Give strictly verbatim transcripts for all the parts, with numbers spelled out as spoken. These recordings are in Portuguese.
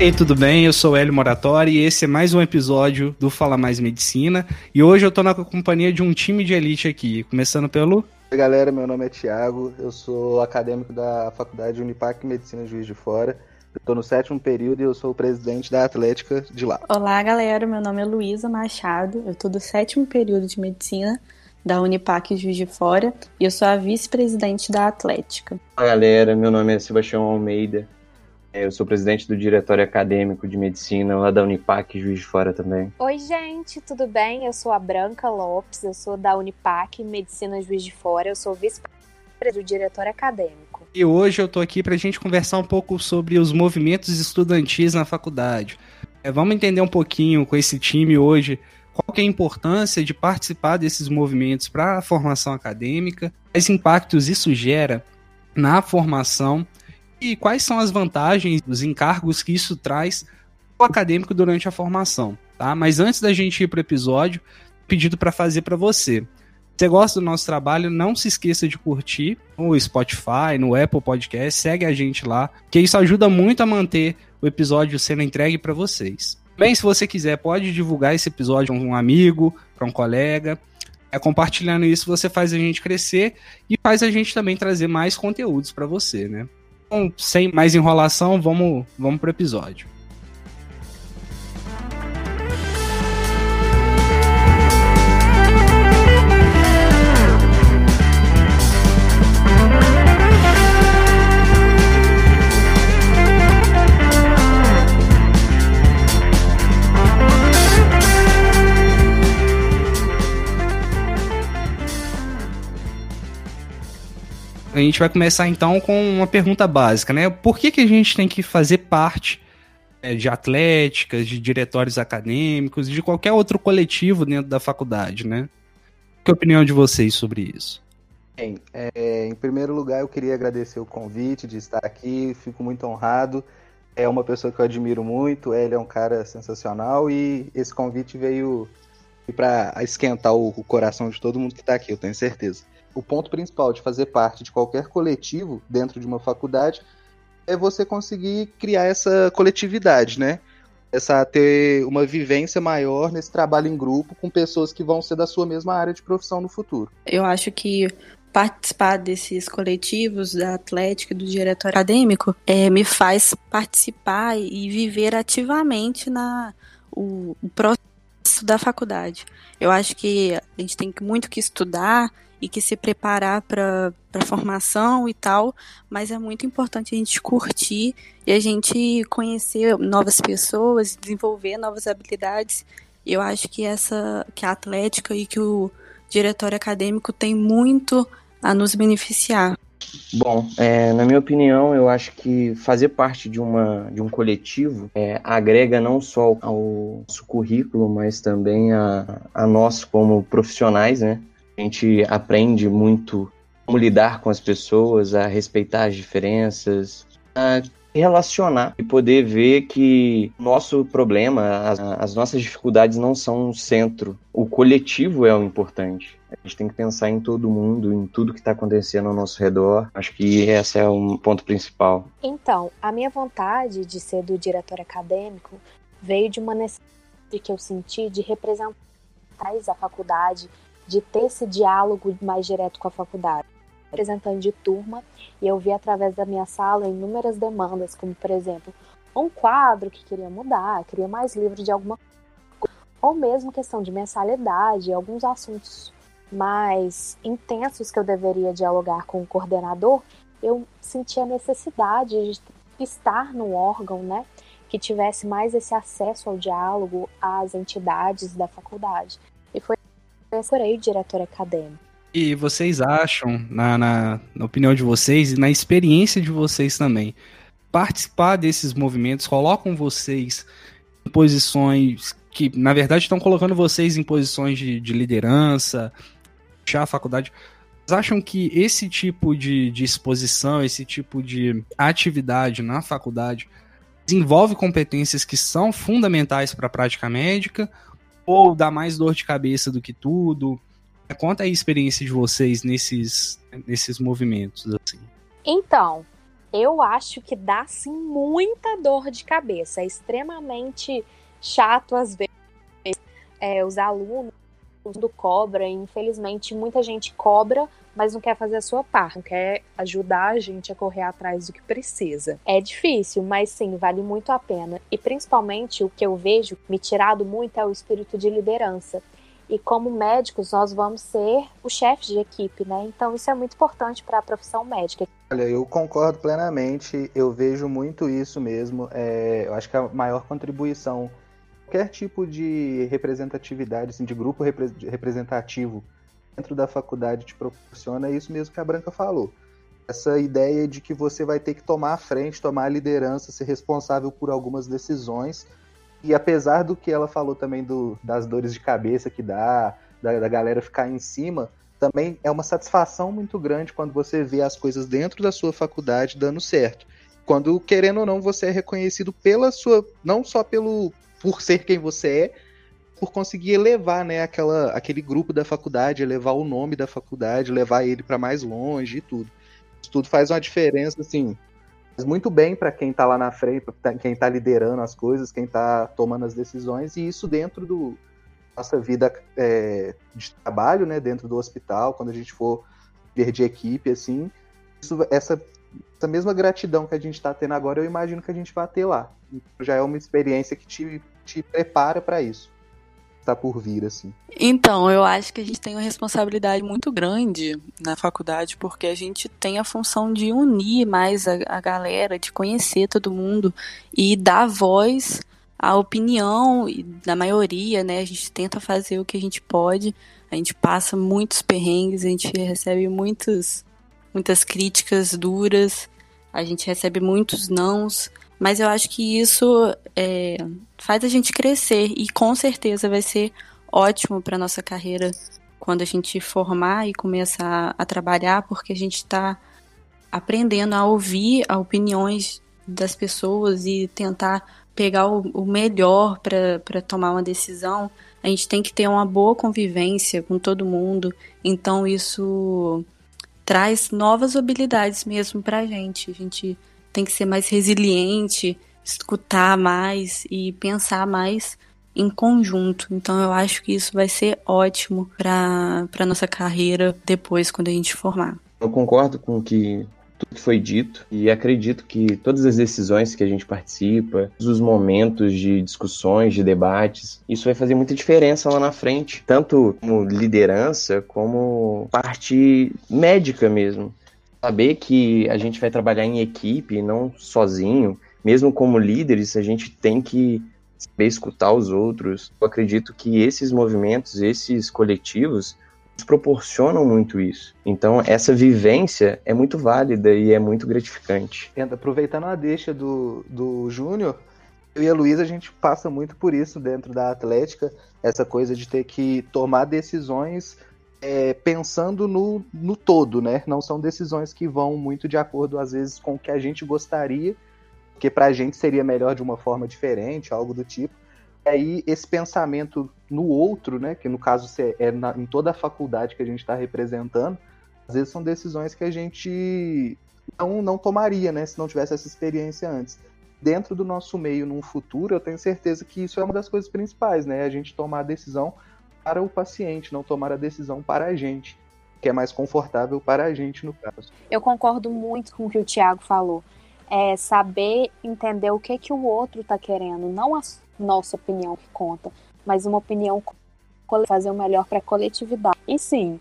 E aí, tudo bem? Eu sou o Hélio Moratori e esse é mais um episódio do Fala Mais Medicina. E hoje eu tô na companhia de um time de elite aqui, começando pelo... Oi galera, meu nome é Thiago, eu sou acadêmico da Faculdade Unipac Medicina Juiz de Fora. Eu tô no sétimo período e eu sou o presidente da Atlética de lá. Olá galera, meu nome é Luísa Machado, eu tô do sétimo período de Medicina da Unipac Juiz de Fora e eu sou a vice-presidente da Atlética. Olá galera, meu nome é Sebastião Almeida. Eu sou presidente do Diretório Acadêmico de Medicina, lá da Unipac, Juiz de Fora também. Oi, gente, tudo bem? Eu sou a Branca Lopes, eu sou da Unipac, Medicina Juiz de Fora, eu sou vice-presidente do Diretório Acadêmico. E hoje eu tô aqui pra gente conversar um pouco sobre os movimentos estudantis na faculdade. É, vamos entender um pouquinho com esse time hoje qual que é a importância de participar desses movimentos para a formação acadêmica, quais impactos isso gera na formação e quais são as vantagens dos encargos que isso traz para o acadêmico durante a formação, tá? Mas antes da gente ir para o episódio, pedido para fazer para você. Se você gosta do nosso trabalho, não se esqueça de curtir no Spotify, no Apple Podcast, segue a gente lá, que isso ajuda muito a manter o episódio sendo entregue para vocês. Bem, se você quiser, pode divulgar esse episódio para um amigo, para um colega. É, compartilhando isso, você faz a gente crescer e faz a gente também trazer mais conteúdos para você, né? Então, sem mais enrolação, vamos, vamos pro episódio. A gente vai começar então com uma pergunta básica, né? Por que que a gente tem que fazer parte é, de atléticas, de diretórios acadêmicos, de qualquer outro coletivo dentro da faculdade, né? Qual é a opinião de vocês sobre isso? Bem, é, em primeiro lugar eu queria agradecer o convite de estar aqui, fico muito honrado. É uma pessoa que eu admiro muito, ele é um cara sensacional e esse convite veio para esquentar o, o coração de todo mundo que está aqui, eu tenho certeza. O ponto principal de fazer parte de qualquer coletivo dentro de uma faculdade é você conseguir criar essa coletividade, né? Essa ter uma vivência maior nesse trabalho em grupo com pessoas que vão ser da sua mesma área de profissão no futuro. Eu acho que participar desses coletivos da Atlética e do Diretório Acadêmico é, me faz participar e viver ativamente na, o, o processo da faculdade. Eu acho que a gente tem muito que estudar e que se preparar para a formação e tal, mas é muito importante a gente curtir e a gente conhecer novas pessoas, desenvolver novas habilidades. Eu acho que essa, que a Atlética e que o Diretório Acadêmico tem muito a nos beneficiar. Bom, é, na minha opinião, eu acho que fazer parte de, uma, de um coletivo é, agrega não só ao nosso currículo, mas também a, a nós como profissionais, né? A gente aprende muito como lidar com as pessoas, a respeitar as diferenças, a relacionar e poder ver que nosso problema, as, as nossas dificuldades não são o centro. O coletivo é o importante. A gente tem que pensar em todo mundo, em tudo que está acontecendo ao nosso redor. Acho que esse é um ponto principal. Então, a minha vontade de ser do diretório acadêmico veio de uma necessidade que eu senti de representar a faculdade, de ter esse diálogo mais direto com a faculdade. Representante de turma, e eu vi através da minha sala inúmeras demandas, como, por exemplo, um quadro que queria mudar, queria mais livro de alguma coisa, ou mesmo questão de mensalidade, alguns assuntos mais intensos que eu deveria dialogar com o coordenador. Eu senti a necessidade de estar no órgão, né, que tivesse mais esse acesso ao diálogo às entidades da faculdade. E foi por aí o diretório acadêmico. E vocês acham, na, na, na opinião de vocês e na experiência de vocês também, participar desses movimentos colocam vocês em posições que, na verdade, estão colocando vocês em posições de, de liderança, puxar a faculdade? Vocês acham que esse tipo de, de exposição, esse tipo de atividade na faculdade desenvolve competências que são fundamentais para a prática médica ou dá mais dor de cabeça do que tudo? Conta aí a experiência de vocês nesses, nesses movimentos, assim. Então, eu acho que dá, sim, muita dor de cabeça. É extremamente chato, às vezes, é, os alunos do cobra, e infelizmente muita gente cobra, mas não quer fazer a sua parte, não quer ajudar a gente a correr atrás do que precisa. É difícil, mas sim, vale muito a pena. E principalmente o que eu vejo me tirado muito é o espírito de liderança. E como médicos, nós vamos ser os chefes de equipe, né? Então isso é muito importante para a profissão médica. Olha, eu concordo plenamente, eu vejo muito isso mesmo. É, eu acho que a maior contribuição, qualquer tipo de representatividade, assim, de grupo repre- representativo dentro da faculdade te proporciona, é isso mesmo que a Branca falou. Essa ideia de que você vai ter que tomar a frente, tomar a liderança, ser responsável por algumas decisões. E apesar do que ela falou também do, das dores de cabeça que dá, da, da galera ficar em cima, também é uma satisfação muito grande quando você vê as coisas dentro da sua faculdade dando certo. Quando, querendo ou não, você é reconhecido pela sua, não só pelo, por ser quem você é, por conseguir elevar, né, aquela, aquele grupo da faculdade, elevar o nome da faculdade, levar ele para mais longe e tudo. Isso tudo faz uma diferença, assim, faz muito bem para quem está lá na frente, pra quem está liderando as coisas, quem está tomando as decisões, e isso dentro da nossa vida é, de trabalho, né, dentro do hospital, quando a gente for ver de equipe, assim, isso, essa, essa mesma gratidão que a gente está tendo agora, eu imagino que a gente vai ter lá. Já é uma experiência que te, te prepara para isso. Está por vir, assim. Então, eu acho que a gente tem uma responsabilidade muito grande na faculdade, porque a gente tem a função de unir mais a, a galera, de conhecer todo mundo e dar voz à opinião da maioria, né? A gente tenta fazer o que a gente pode, a gente passa muitos perrengues, a gente recebe muitos, muitas críticas duras, a gente recebe muitos nãos, mas eu acho que isso é, faz a gente crescer e com certeza vai ser ótimo para a nossa carreira quando a gente formar e começar a trabalhar, porque a gente está aprendendo a ouvir as opiniões das pessoas e tentar pegar o, o melhor para tomar uma decisão. A gente tem que ter uma boa convivência com todo mundo, então isso traz novas habilidades mesmo para a gente. A gente tem que ser mais resiliente, escutar mais e pensar mais em conjunto. Então eu acho que isso vai ser ótimo para a nossa carreira depois, quando a gente formar. Eu concordo com o que tudo que foi dito e acredito que todas as decisões que a gente participa, todos os momentos de discussões, de debates, isso vai fazer muita diferença lá na frente, tanto como liderança, como parte médica mesmo. Saber que a gente vai trabalhar em equipe, não sozinho, mesmo como líderes, a gente tem que saber escutar os outros. Eu acredito que esses movimentos, esses coletivos, nos proporcionam muito isso. Então, essa vivência é muito válida e é muito gratificante. Aproveitando a deixa do, do Júnior, eu e a Luísa, a gente passa muito por isso dentro da Atlética, essa coisa de ter que tomar decisões É, pensando no, no todo, né? Não são decisões que vão muito de acordo, às vezes, com o que a gente gostaria, porque pra gente seria melhor de uma forma diferente, algo do tipo. E aí, esse pensamento no outro, né? Que no caso é na, em toda a faculdade que a gente está representando, às vezes são decisões que a gente não, não tomaria, né? Se não tivesse essa experiência antes. Dentro do nosso meio, num futuro, eu tenho certeza que isso é uma das coisas principais, né? A gente tomar a decisão para o paciente, não tomar a decisão para a gente, que é mais confortável para a gente no caso. Eu concordo muito com o que o Thiago falou. É saber entender o que, que o outro está querendo, não a nossa opinião que conta, mas uma opinião fazer o melhor para a coletividade. E sim,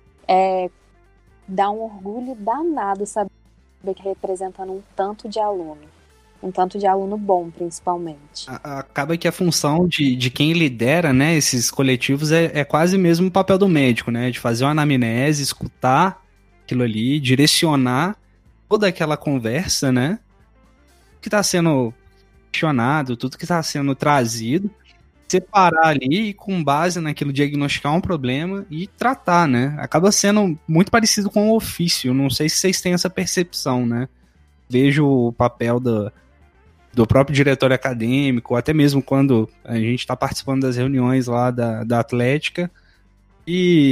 é, dá um orgulho danado saber que representando um tanto de aluno. Um tanto de aluno bom, principalmente. Acaba que a função de, de quem lidera, né, esses coletivos é, é quase mesmo o papel do médico, né? De fazer uma anamnese, escutar aquilo ali, direcionar toda aquela conversa, né? Que está sendo questionado, tudo que está sendo trazido, separar ali e, com base naquilo, diagnosticar um problema e tratar, né? Acaba sendo muito parecido com o ofício. Não sei se vocês têm essa percepção, né? Vejo o papel da do próprio diretor acadêmico, ou até mesmo quando a gente está participando das reuniões lá da, da Atlética, e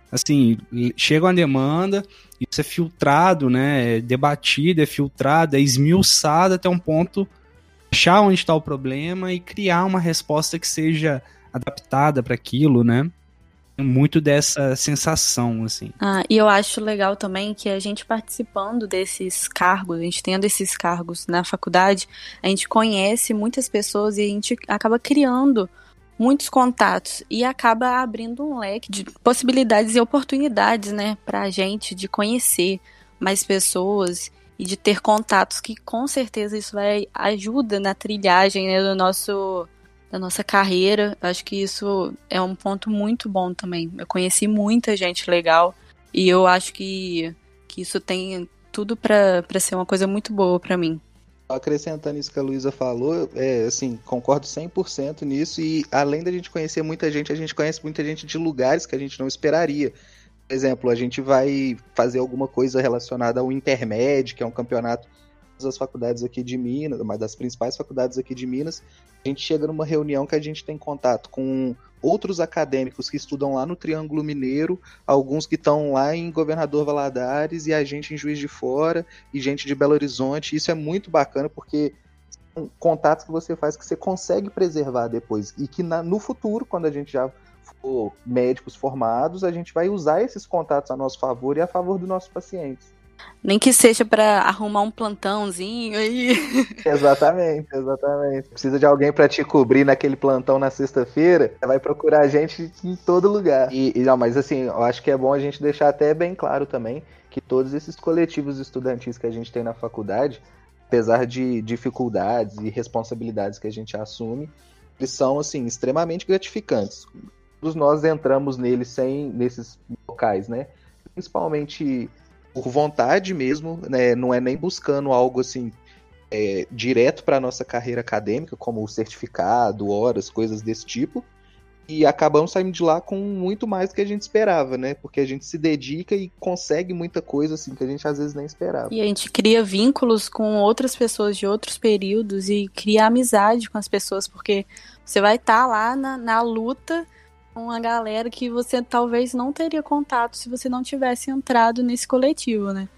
assim, chega uma demanda, isso é filtrado, né, é debatido, é filtrado, é esmiuçado até um ponto, achar onde está o problema e criar uma resposta que seja adaptada para aquilo, né? Muito dessa sensação, assim. Ah, e eu acho legal também que a gente participando desses cargos, a gente tendo esses cargos na faculdade, a gente conhece muitas pessoas e a gente acaba criando muitos contatos e acaba abrindo um leque de possibilidades e oportunidades, né, pra gente de conhecer mais pessoas e de ter contatos que com certeza isso vai ajuda na trilhagem, né, do nosso da nossa carreira. Acho que isso é um ponto muito bom também. Eu conheci muita gente legal e eu acho que, que isso tem tudo pra, pra ser uma coisa muito boa pra mim. Acrescentando isso que a Luísa falou, é, assim, concordo cem por cento nisso, e além da gente conhecer muita gente, a gente conhece muita gente de lugares que a gente não esperaria. Por exemplo, a gente vai fazer alguma coisa relacionada ao Intermed, que é um campeonato das faculdades aqui de Minas, uma das principais faculdades aqui de Minas. A gente chega numa reunião que a gente tem contato com outros acadêmicos que estudam lá no Triângulo Mineiro, alguns que estão lá em Governador Valadares, e a gente em Juiz de Fora, e gente de Belo Horizonte. Isso é muito bacana, porque são contatos que você faz que você consegue preservar depois, e que na, no futuro, quando a gente já for médicos formados, a gente vai usar esses contatos a nosso favor e a favor dos nossos pacientes. Nem que seja para arrumar um plantãozinho aí. Exatamente, exatamente. Precisa de alguém para te cobrir naquele plantão na sexta-feira, você vai procurar a gente em todo lugar. E, e não, mas assim, eu acho que é bom a gente deixar até bem claro também que todos esses coletivos estudantis que a gente tem na faculdade, apesar de dificuldades e responsabilidades que a gente assume, eles são assim extremamente gratificantes. Todos nós entramos neles sem nesses locais, né? Principalmente por vontade mesmo, né? Não é nem buscando algo assim é, direto para a nossa carreira acadêmica, como o certificado, horas, coisas desse tipo, e acabamos saindo de lá com muito mais do que a gente esperava, né? Porque a gente se dedica e consegue muita coisa assim que a gente às vezes nem esperava. E a gente cria vínculos com outras pessoas de outros períodos e cria amizade com as pessoas, porque você vai estar tá lá na, na luta uma galera que você talvez não teria contato se você não tivesse entrado nesse coletivo, né?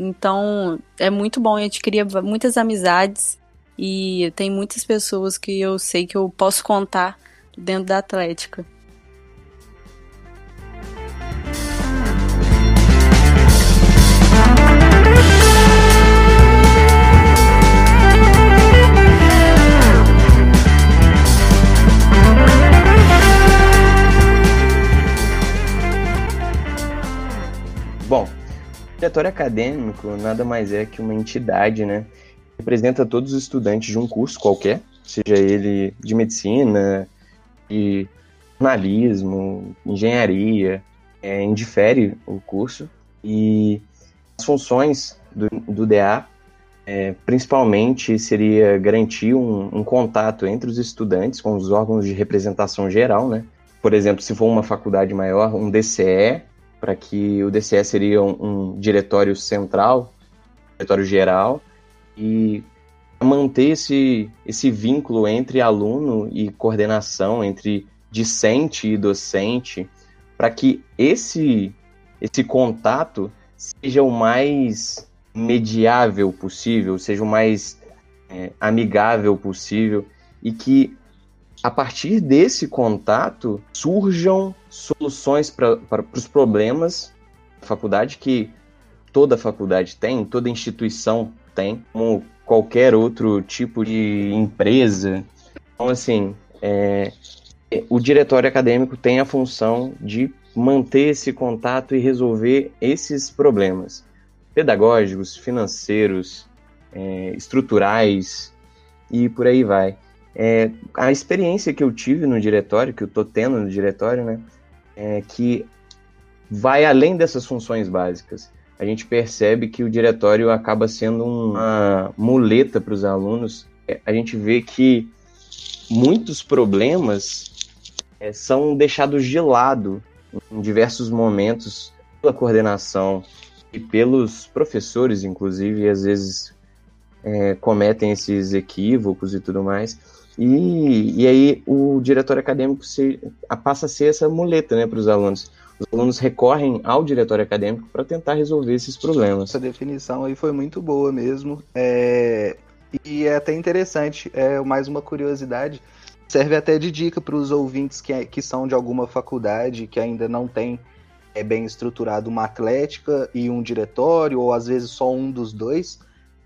Então, é muito bom, a gente cria muitas amizades e tem muitas pessoas que eu sei que eu posso contar dentro da Atlética. Bom, o diretório acadêmico nada mais é que uma entidade, né? Que representa todos os estudantes de um curso qualquer, seja ele de medicina, de jornalismo, engenharia, é, indifere o curso. E as funções do, do D A, é, principalmente, seria garantir um, um contato entre os estudantes com os órgãos de representação geral, né? Por exemplo, se for uma faculdade maior, um D C E, para que o D C E seria um, um diretório central, diretório geral, e manter esse, esse vínculo entre aluno e coordenação, entre discente e docente, para que esse, esse contato seja o mais mediável possível, seja o mais é, amigável possível, e que a partir desse contato surjam soluções para os problemas da faculdade, que toda faculdade tem, toda instituição tem, como qualquer outro tipo de empresa. Então, assim, é, o diretório acadêmico tem a função de manter esse contato e resolver esses problemas pedagógicos, financeiros, é, estruturais e por aí vai. É, a experiência que eu tive no diretório, que eu tô tendo no diretório, né, é que vai além dessas funções básicas. A gente percebe que o diretório acaba sendo uma muleta para os alunos. A gente vê que muitos problemas é, são deixados de lado em diversos momentos pela coordenação e pelos professores, inclusive, e às vezes é, cometem esses equívocos e tudo mais. E, e aí o diretório acadêmico se, passa a ser essa muleta, né, para os alunos. os alunos recorrem ao diretório acadêmico para tentar resolver esses problemas. Essa definição aí foi muito boa mesmo. É... E é até interessante, é mais uma curiosidade, serve até de dica para os ouvintes que, que são de alguma faculdade, que ainda não tem é, bem estruturado uma atlética e um diretório, ou às vezes só um dos dois,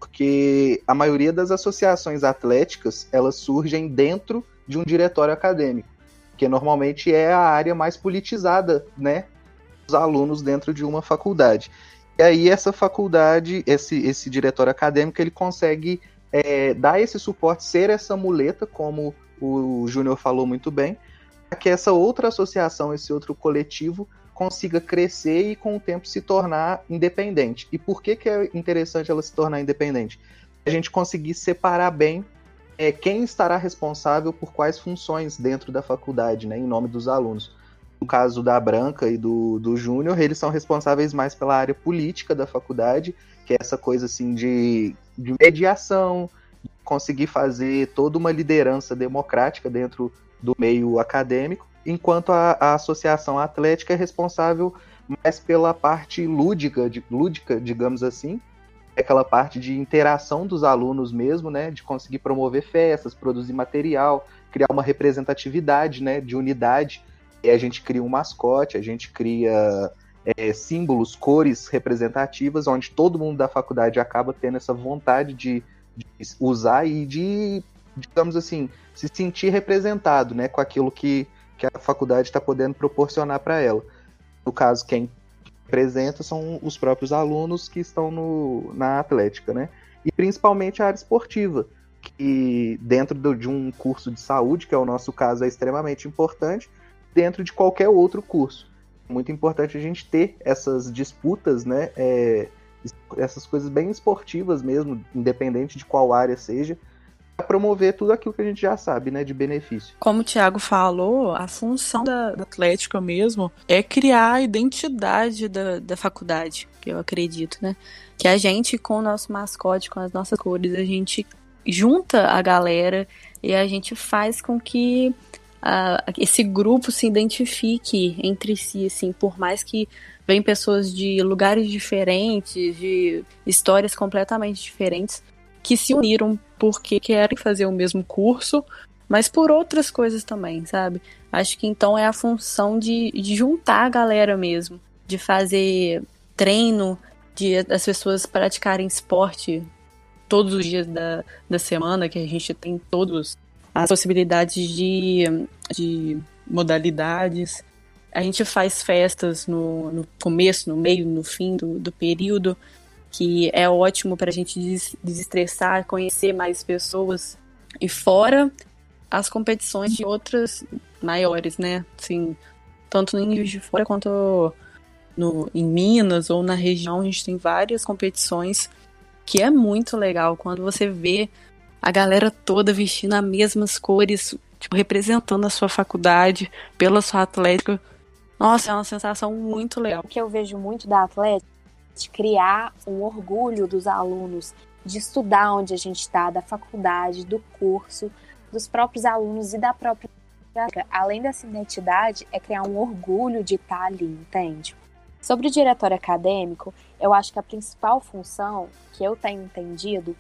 porque a maioria das associações atléticas, elas surgem dentro de um diretório acadêmico, que normalmente é a área mais politizada, né, dos alunos dentro de uma faculdade. E aí essa faculdade, esse, esse diretório acadêmico, ele consegue é, dar esse suporte, ser essa muleta, como o Júnior falou muito bem, para que essa outra associação, esse outro coletivo, consiga crescer e com o tempo se tornar independente. E por que, que é interessante ela se tornar independente? A gente conseguir separar bem é, quem estará responsável por quais funções dentro da faculdade, né, em nome dos alunos. No caso da Branca e do, do Júnior, eles são responsáveis mais pela área política da faculdade, que é essa coisa assim de, de mediação, de conseguir fazer toda uma liderança democrática dentro do meio acadêmico, enquanto a, a associação atlética é responsável mais pela parte lúdica, de, lúdica, digamos assim, aquela parte de interação dos alunos mesmo, né, de conseguir promover festas, produzir material, criar uma representatividade, né, de unidade. E a gente cria um mascote, a gente cria é, símbolos, cores representativas, onde todo mundo da faculdade acaba tendo essa vontade de, de usar e de, digamos assim, se sentir representado, né, com aquilo que que a faculdade está podendo proporcionar para ela. No caso, quem representa são os próprios alunos que estão no, na atlética, né? E principalmente a área esportiva, que dentro do, de um curso de saúde, que é o nosso caso, é extremamente importante, dentro de qualquer outro curso. É muito importante a gente ter essas disputas, né? É, essas coisas bem esportivas mesmo, independente de qual área seja, para promover tudo aquilo que a gente já sabe, né, de benefício. Como o Thiago falou, a função da, da Atlética mesmo é criar a identidade da, da faculdade, que eu acredito, né? Que a gente, com o nosso mascote, com as nossas cores, a gente junta a galera e a gente faz com que uh, esse grupo se identifique entre si, assim, por mais que venham pessoas de lugares diferentes, de histórias completamente diferentes, que se uniram porque querem fazer o mesmo curso, mas por outras coisas também, sabe? Acho que então é a função de, de juntar a galera mesmo, de fazer treino, de as pessoas praticarem esporte todos os dias da, da semana, que a gente tem todas as possibilidades de, de modalidades. A gente faz festas no, no começo, no meio, no fim do, do período, que é ótimo para a gente desestressar, conhecer mais pessoas. E fora as competições de outras maiores, né? Assim, tanto no Juiz de Fora quanto no, em Minas ou na região, a gente tem várias competições que é muito legal quando você vê a galera toda vestindo as mesmas cores, tipo, representando a sua faculdade pela sua atlética. Nossa, é uma sensação muito legal. O que eu vejo muito da atlética, de criar um orgulho dos alunos, de estudar onde a gente está, da faculdade, do curso, dos próprios alunos e da própria... Além dessa identidade, é criar um orgulho de estar ali, entende? Sobre o diretório acadêmico, eu acho que a principal função, que eu tenho entendido,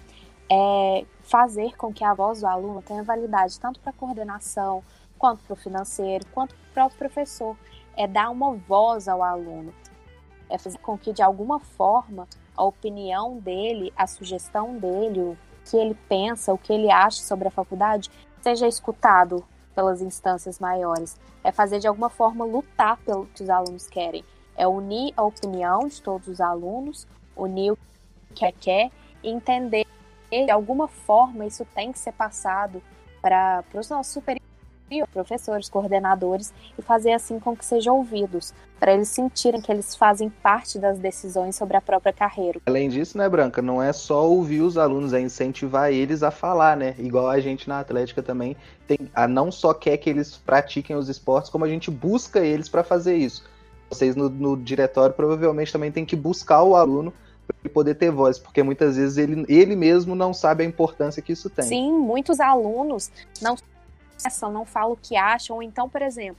é fazer com que a voz do aluno tenha validade tanto para a coordenação, quanto para o financeiro, quanto para o próprio professor. É dar uma voz ao aluno. É fazer com que, de alguma forma, a opinião dele, a sugestão dele, o que ele pensa, o que ele acha sobre a faculdade, seja escutado pelas instâncias maiores. É fazer, de alguma forma, lutar pelo que os alunos querem. É unir a opinião de todos os alunos, unir o que quer e entender que, de alguma forma, isso tem que ser passado para os nossos superiores, professores, coordenadores, e fazer assim com que sejam ouvidos, para eles sentirem que eles fazem parte das decisões sobre a própria carreira. Além disso, né, Branca, não é só ouvir os alunos, é incentivar eles a falar, né? Igual a gente na Atlética também tem, a não só quer que eles pratiquem os esportes, como a gente busca eles para fazer isso. Vocês no, no diretório provavelmente também tem que buscar o aluno para ele poder ter voz, porque muitas vezes ele, ele mesmo não sabe a importância que isso tem. Sim, muitos alunos não não falam o que acham, ou então, por exemplo,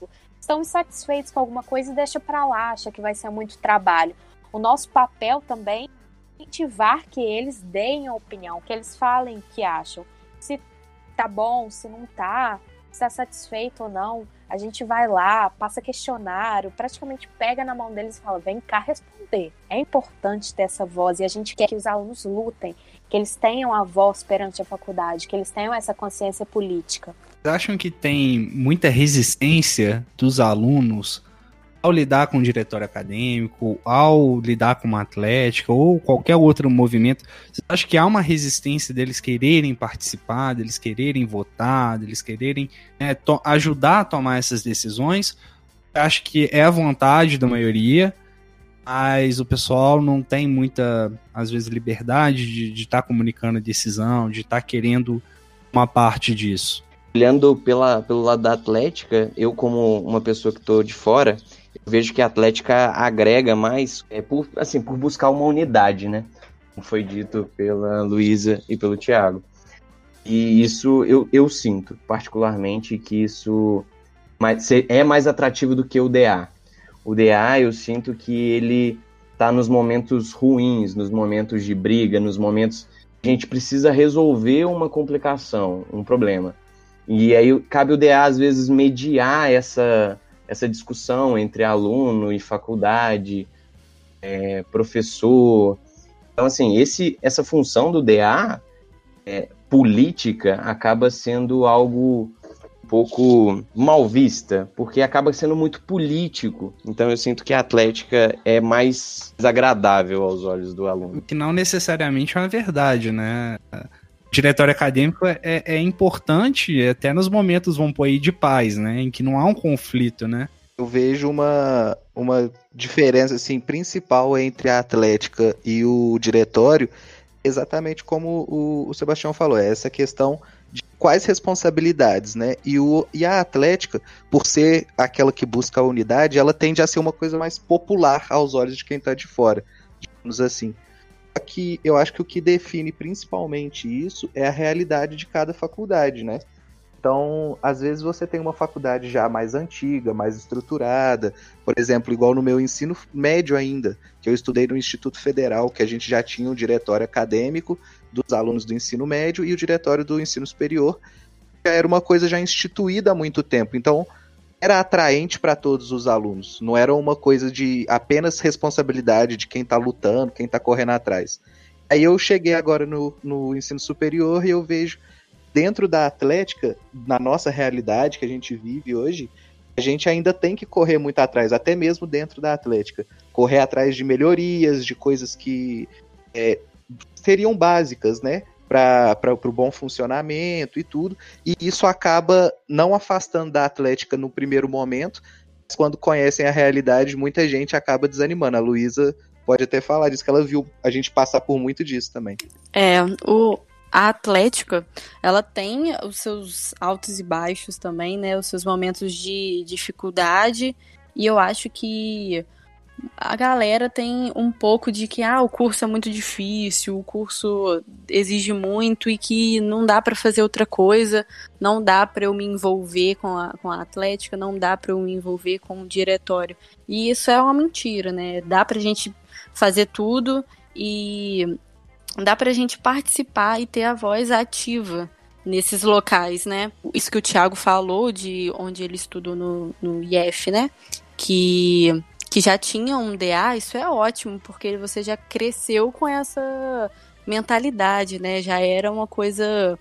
estão insatisfeitos com alguma coisa e deixa para lá, acha que vai ser muito trabalho. O nosso papel também é incentivar que eles deem a opinião, que eles falem o que acham. Se tá bom, se não tá, se tá satisfeito ou não, a gente vai lá, passa questionário, praticamente pega na mão deles e fala, vem cá responder. É importante ter essa voz e a gente quer que os alunos lutem, que eles tenham a voz perante a faculdade, que eles tenham essa consciência política. Vocês acham que tem muita resistência dos alunos ao lidar com o diretório acadêmico, ao lidar com uma atlética ou qualquer outro movimento? Vocês acham que há uma resistência deles quererem participar, deles quererem votar, deles quererem né, to- ajudar a tomar essas decisões? Eu acho que é a vontade da maioria, mas o pessoal não tem muita, às vezes, liberdade de estar tá comunicando a decisão, de estar tá querendo uma parte disso. Olhando pela, pelo lado da Atlética, eu como uma pessoa que estou de fora, eu vejo que a Atlética agrega mais é, por, assim, por buscar uma unidade, né? Como foi dito pela Luísa e pelo Thiago. E isso eu, eu sinto, particularmente, que isso mais, é mais atrativo do que o D A. O D A, eu sinto que ele está nos momentos ruins, nos momentos de briga, nos momentos que a gente precisa resolver uma complicação, um problema. E aí cabe o D A, às vezes, mediar essa, essa discussão entre aluno e faculdade, é, professor. Então, assim, esse, essa função do D A, é, política, acaba sendo algo um pouco mal vista, porque acaba sendo muito político. Então, eu sinto que a Atlética é mais desagradável aos olhos do aluno. Que não necessariamente é uma verdade, né? Diretório acadêmico é, é importante até nos momentos, vamos pôr aí, de paz, né? Em que não há um conflito, né? Eu vejo uma, uma diferença assim, principal entre a Atlética e o diretório, exatamente como o, o Sebastião falou, é essa questão de quais responsabilidades, né? E, o, e a Atlética, por ser aquela que busca a unidade, ela tende a ser uma coisa mais popular aos olhos de quem está de fora, digamos assim. Que eu acho que o que define principalmente isso é a realidade de cada faculdade, né? Então, às vezes você tem uma faculdade já mais antiga, mais estruturada, por exemplo, igual no meu ensino médio ainda, que eu estudei no Instituto Federal, que a gente já tinha o diretório acadêmico dos alunos do ensino médio e o diretório do ensino superior, que era uma coisa já instituída há muito tempo. Então, era atraente para todos os alunos, não era uma coisa de apenas responsabilidade de quem está lutando, quem está correndo atrás. Aí eu cheguei agora no, no ensino superior e eu vejo dentro da Atlética, na nossa realidade que a gente vive hoje, a gente ainda tem que correr muito atrás, até mesmo dentro da Atlética, correr atrás de melhorias, de coisas que é, seriam básicas, né? Para o bom funcionamento e tudo, e isso acaba não afastando da Atlética no primeiro momento, mas quando conhecem a realidade, muita gente acaba desanimando. A Luísa pode até falar disso, que ela viu a gente passar por muito disso também. É, o, a Atlética, ela tem os seus altos e baixos também, né, os seus momentos de dificuldade, e eu acho que a galera tem um pouco de que ah, o curso é muito difícil, o curso exige muito e que não dá para fazer outra coisa, não dá para eu me envolver com a, com a Atlética, não dá para eu me envolver com o diretório. E isso é uma mentira, né? Dá pra gente fazer tudo e dá pra gente participar e ter a voz ativa nesses locais, né? Isso que o Thiago falou de onde ele estudou no, no I F, né? Que... que já tinha um D A, isso é ótimo, porque você já cresceu com essa mentalidade, né? Já era uma coisa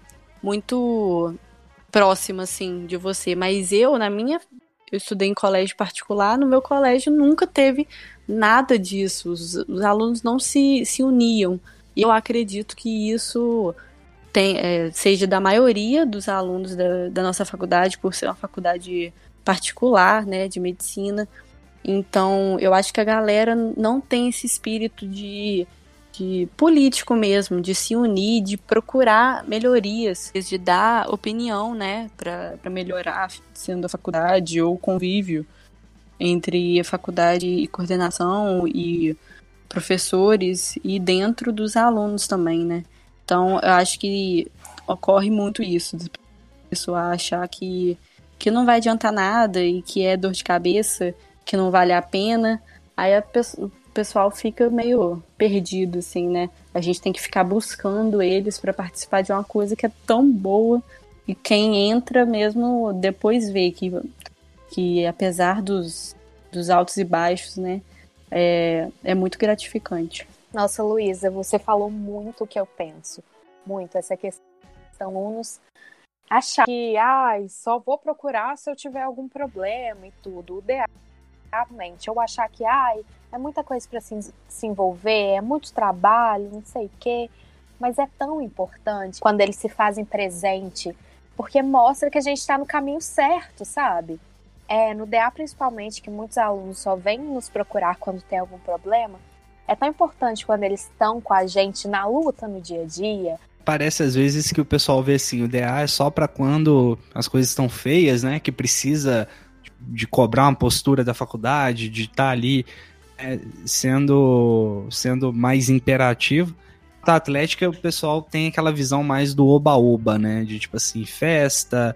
muito próxima, assim, de você. Mas eu, na minha... Eu estudei em colégio particular, no meu colégio nunca teve nada disso. Os, os alunos não se, se uniam. E eu acredito que isso tem, é, seja da maioria dos alunos da, da nossa faculdade, por ser uma faculdade particular, né, de medicina. Então, eu acho que a galera não tem esse espírito de, de político mesmo, de se unir, de procurar melhorias, de dar opinião, né, para melhorar, sendo a faculdade ou o convívio entre a faculdade e coordenação e professores e dentro dos alunos também, né. Então, eu acho que ocorre muito isso, a pessoa achar que que não vai adiantar nada e que é dor de cabeça, que não vale a pena, aí a pessoa, o pessoal fica meio perdido, assim, né? A gente tem que ficar buscando eles para participar de uma coisa que é tão boa, e quem entra mesmo depois vê que, que apesar dos, dos altos e baixos, né, é, é muito gratificante. Nossa, Luísa, você falou muito o que eu penso. Muito, essa questão alunos achar que ai, só vou procurar se eu tiver algum problema e tudo. O D A, realmente, eu achar que ai, é muita coisa para se, se envolver, é muito trabalho, não sei o quê. Mas é tão importante quando eles se fazem presente, porque mostra que a gente está no caminho certo, sabe? É, no D A, principalmente, que muitos alunos só vêm nos procurar quando tem algum problema, é tão importante quando eles estão com a gente na luta no dia a dia. Parece às vezes que o pessoal vê assim, o D A é só para quando as coisas estão feias, né? Que precisa de cobrar uma postura da faculdade, de estar tá ali é, sendo, sendo mais imperativo. Na Atlética, o pessoal tem aquela visão mais do oba-oba, né? De tipo assim, festa,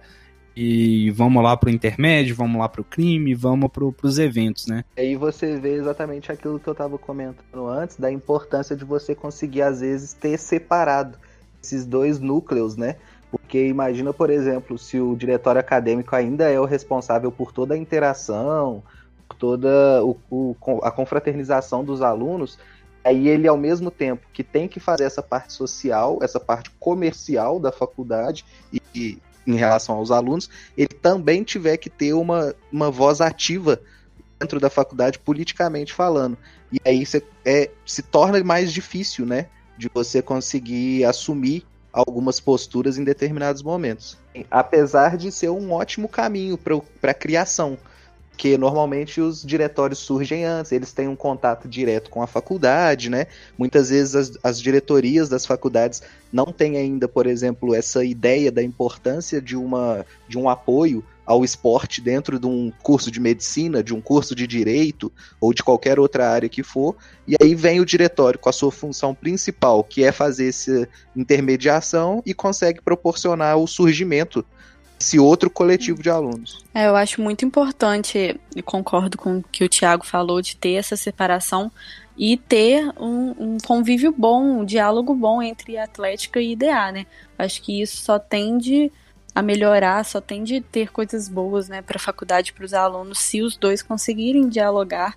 e vamos lá pro intermédio, vamos lá pro crime, vamos pro, pros eventos, né? Aí você vê exatamente aquilo que eu tava comentando antes, da importância de você conseguir, às vezes, ter separado esses dois núcleos, né? Porque imagina, por exemplo, se o diretório acadêmico ainda é o responsável por toda a interação, por toda o, o, a confraternização dos alunos, aí ele, ao mesmo tempo que tem que fazer essa parte social, essa parte comercial da faculdade e, e em relação aos alunos, ele também tiver que ter uma, uma voz ativa dentro da faculdade, politicamente falando. E aí cê, é, se torna mais difícil, né, de você conseguir assumir algumas posturas em determinados momentos. Apesar de ser um ótimo caminho para a criação, porque normalmente os diretórios surgem antes, eles têm um contato direto com a faculdade, né? Muitas vezes as, as diretorias das faculdades não têm ainda, por exemplo, essa ideia da importância de, uma, de um apoio ao esporte dentro de um curso de medicina, de um curso de direito ou de qualquer outra área que for, e aí vem o diretório com a sua função principal, que é fazer essa intermediação e consegue proporcionar o surgimento esse outro coletivo de alunos. É, eu acho muito importante, e concordo com o que o Thiago falou, de ter essa separação e ter um, um convívio bom, um diálogo bom entre Atlética e I D A, né? Acho que isso só tende a melhorar, só tende a ter coisas boas, né, para a faculdade, para os alunos, se os dois conseguirem dialogar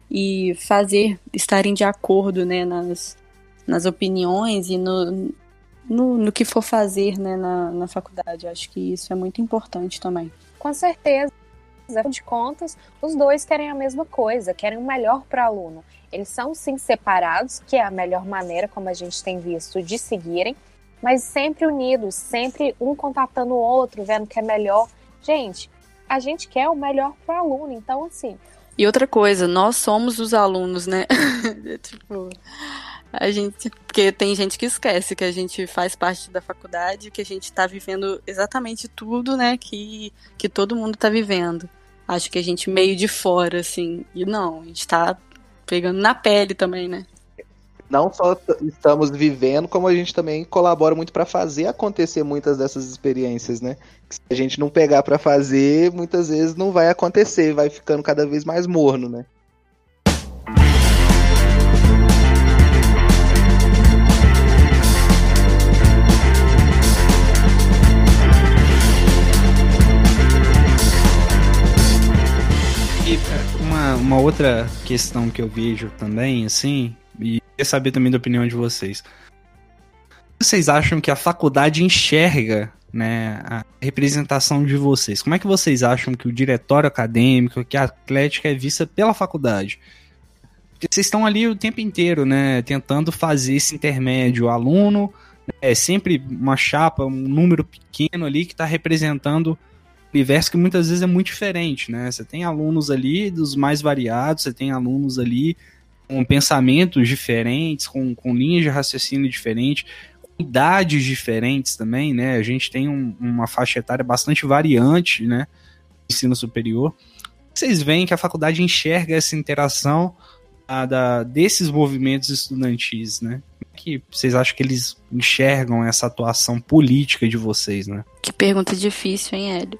e fazer, estarem de acordo, né, nas, nas opiniões e no... No, no que for fazer, né, na, na faculdade. Eu acho que isso é muito importante também. Com certeza. Afinal de contas, os dois querem a mesma coisa, querem o melhor para o aluno. Eles são, sim, separados, que é a melhor maneira, como a gente tem visto, de seguirem, mas sempre unidos, sempre um contatando o outro, vendo o que é melhor. Gente, a gente quer o melhor para o aluno, então, assim... E outra coisa, nós somos os alunos, né? Tipo... A gente, porque tem gente que esquece que a gente faz parte da faculdade, que a gente está vivendo exatamente tudo, né, que, que todo mundo está vivendo. Acho que a gente meio de fora, assim, e não, a gente está pegando na pele também, né. Não só estamos vivendo, como a gente também colabora muito para fazer acontecer muitas dessas experiências, né. Se a gente não pegar para fazer, muitas vezes não vai acontecer, vai ficando cada vez mais morno, né. Uma, uma outra questão que eu vejo também, assim, e queria saber também da opinião de vocês. Vocês acham que a faculdade enxerga, né, a representação de vocês? Como é que vocês acham que o diretório acadêmico, que a Atlética é vista pela faculdade? Porque vocês estão ali o tempo inteiro, né, tentando fazer esse intermédio. O aluno é sempre uma chapa, um número pequeno ali que está representando universo que muitas vezes é muito diferente, né? Você tem alunos ali dos mais variados, você tem alunos ali com pensamentos diferentes, com, com linhas de raciocínio diferentes, com idades diferentes também, né? A gente tem um, uma faixa etária bastante variante, né? No ensino superior. Vocês veem que a faculdade enxerga essa interação a, da, desses movimentos estudantis, né? Que vocês acham que eles enxergam essa atuação política de vocês, né? Que pergunta difícil, hein, Hélio?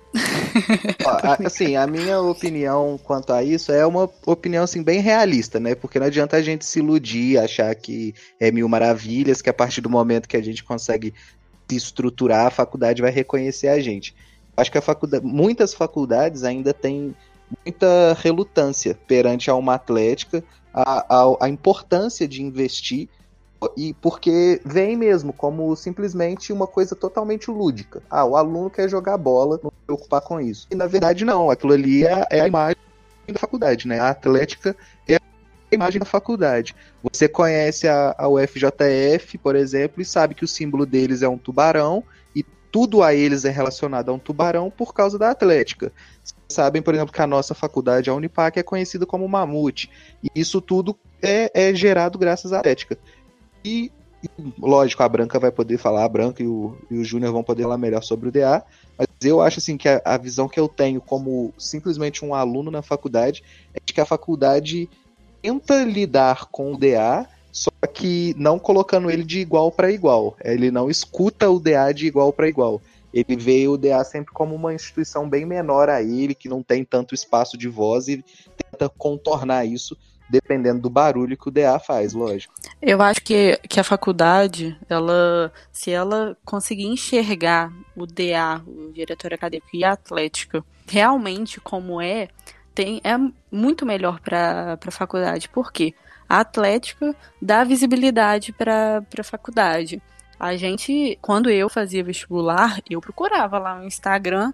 Ó, assim, a minha opinião quanto a isso é uma opinião assim, bem realista, né? Porque não adianta a gente se iludir, achar que é mil maravilhas, que a partir do momento que a gente consegue se estruturar, a faculdade vai reconhecer a gente. Acho que a faculdade, muitas faculdades ainda têm muita relutância perante a uma atlética, a, a, a importância de investir, e porque vem mesmo como simplesmente uma coisa totalmente lúdica. Ah, o aluno quer jogar bola, não se preocupar com isso. E na verdade não, aquilo ali é, é a imagem da faculdade, né? A atlética é a imagem da faculdade. Você conhece a, a U F J F, por exemplo, e sabe que o símbolo deles é um tubarão, e tudo a eles é relacionado a um tubarão por causa da atlética. Vocês sabem, por exemplo, que a nossa faculdade, a Unipac, é conhecida como Mamute. E isso tudo é, é gerado graças à atlética. E, e, lógico, a Branca vai poder falar, a Branca e o, e o Júnior vão poder falar melhor sobre o D A, mas eu acho assim que a, a visão que eu tenho como simplesmente um aluno na faculdade é de que a faculdade tenta lidar com o D A, só que não colocando ele de igual para igual. Ele não escuta o D A de igual para igual. Ele vê o D A sempre como uma instituição bem menor a ele, que não tem tanto espaço de voz, e tenta contornar isso dependendo do barulho que o D A faz, lógico. Eu acho que, que a faculdade, ela, se ela conseguir enxergar o D A, o diretor acadêmico e a atlética, realmente como é, tem, é muito melhor para a faculdade. Por quê? A atlética dá visibilidade para a faculdade. A gente, quando eu fazia vestibular, eu procurava lá no Instagram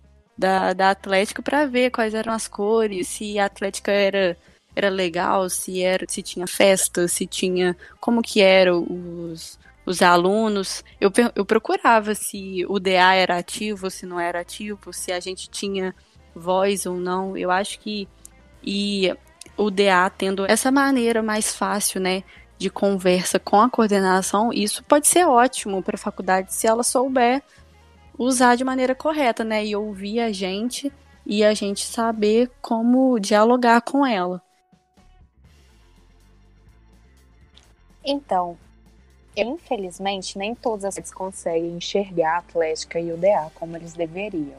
da, da atlética para ver quais eram as cores, se a atlética era... era legal, se era, se tinha festa, se tinha, como que eram os, os alunos. Eu, eu procurava se o D A era ativo, se não era ativo, se a gente tinha voz ou não. Eu acho que e o D A tendo essa maneira mais fácil, né, de conversa com a coordenação, isso pode ser ótimo para a faculdade se ela souber usar de maneira correta, né, e ouvir a gente e a gente saber como dialogar com ela. Então, infelizmente, nem todas as redes conseguem enxergar a atlética e o D A como eles deveriam.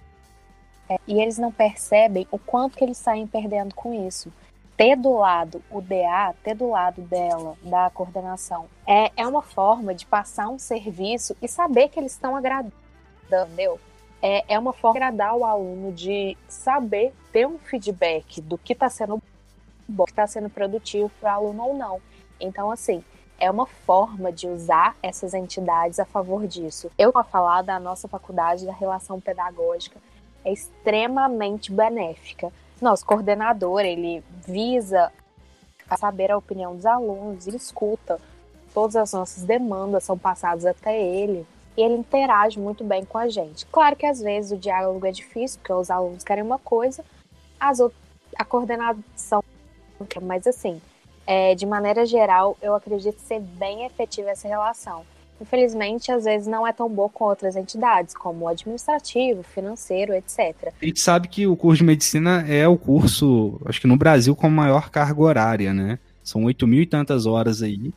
É, e eles não percebem o quanto que eles saem perdendo com isso. Ter do lado o D A, ter do lado dela, da coordenação, é, é uma forma de passar um serviço e saber que eles estão agradando, entendeu? É, é uma forma de agradar o aluno, de saber ter um feedback do que está sendo bom, que está sendo produtivo para o aluno ou não. Então, assim, é uma forma de usar essas entidades a favor disso. Eu vou falar da nossa faculdade, da relação pedagógica, é extremamente benéfica. Nosso coordenador, ele visa saber a opinião dos alunos, ele escuta, todas as nossas demandas são passadas até ele, e ele interage muito bem com a gente. Claro que às vezes o diálogo é difícil, porque os alunos querem uma coisa, as outras, a coordenação, mas assim... É, de maneira geral, eu acredito ser bem efetiva essa relação. Infelizmente, às vezes não é tão boa com outras entidades, como o administrativo, financeiro, etcétera. A gente sabe que o curso de medicina é o curso, acho que no Brasil, com maior carga horária, né? São oito mil e tantas horas aí.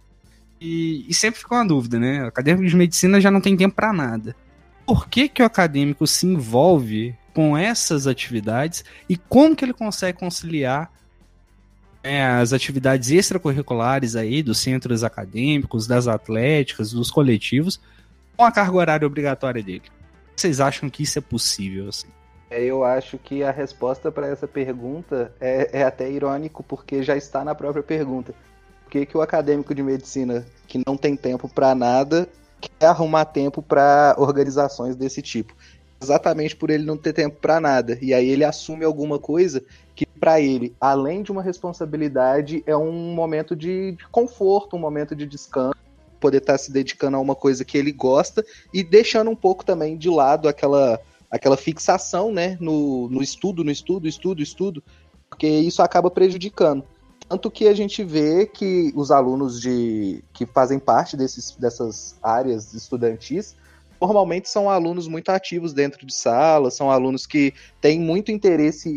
E, e sempre fica uma dúvida, né? O acadêmico de medicina já não tem tempo para nada. Por que que o acadêmico se envolve com essas atividades e como que ele consegue conciliar É, as atividades extracurriculares aí dos centros acadêmicos, das atléticas, dos coletivos, com a carga horária obrigatória dele? Vocês acham que isso é possível, assim? É, eu acho que a resposta para essa pergunta é, é até irônico, porque já está na própria pergunta. Por que que o acadêmico de medicina, que não tem tempo para nada, quer arrumar tempo para organizações desse tipo? Exatamente por ele não ter tempo para nada. E aí ele assume alguma coisa que para ele, além de uma responsabilidade, é um momento de, de conforto, um momento de descanso, poder estar se dedicando a uma coisa que ele gosta e deixando um pouco também de lado aquela, aquela fixação, né, no, no estudo, no estudo, estudo, estudo, porque isso acaba prejudicando. Tanto que a gente vê que os alunos de, que fazem parte desses, dessas áreas estudantis normalmente são alunos muito ativos dentro de sala, são alunos que têm muito interesse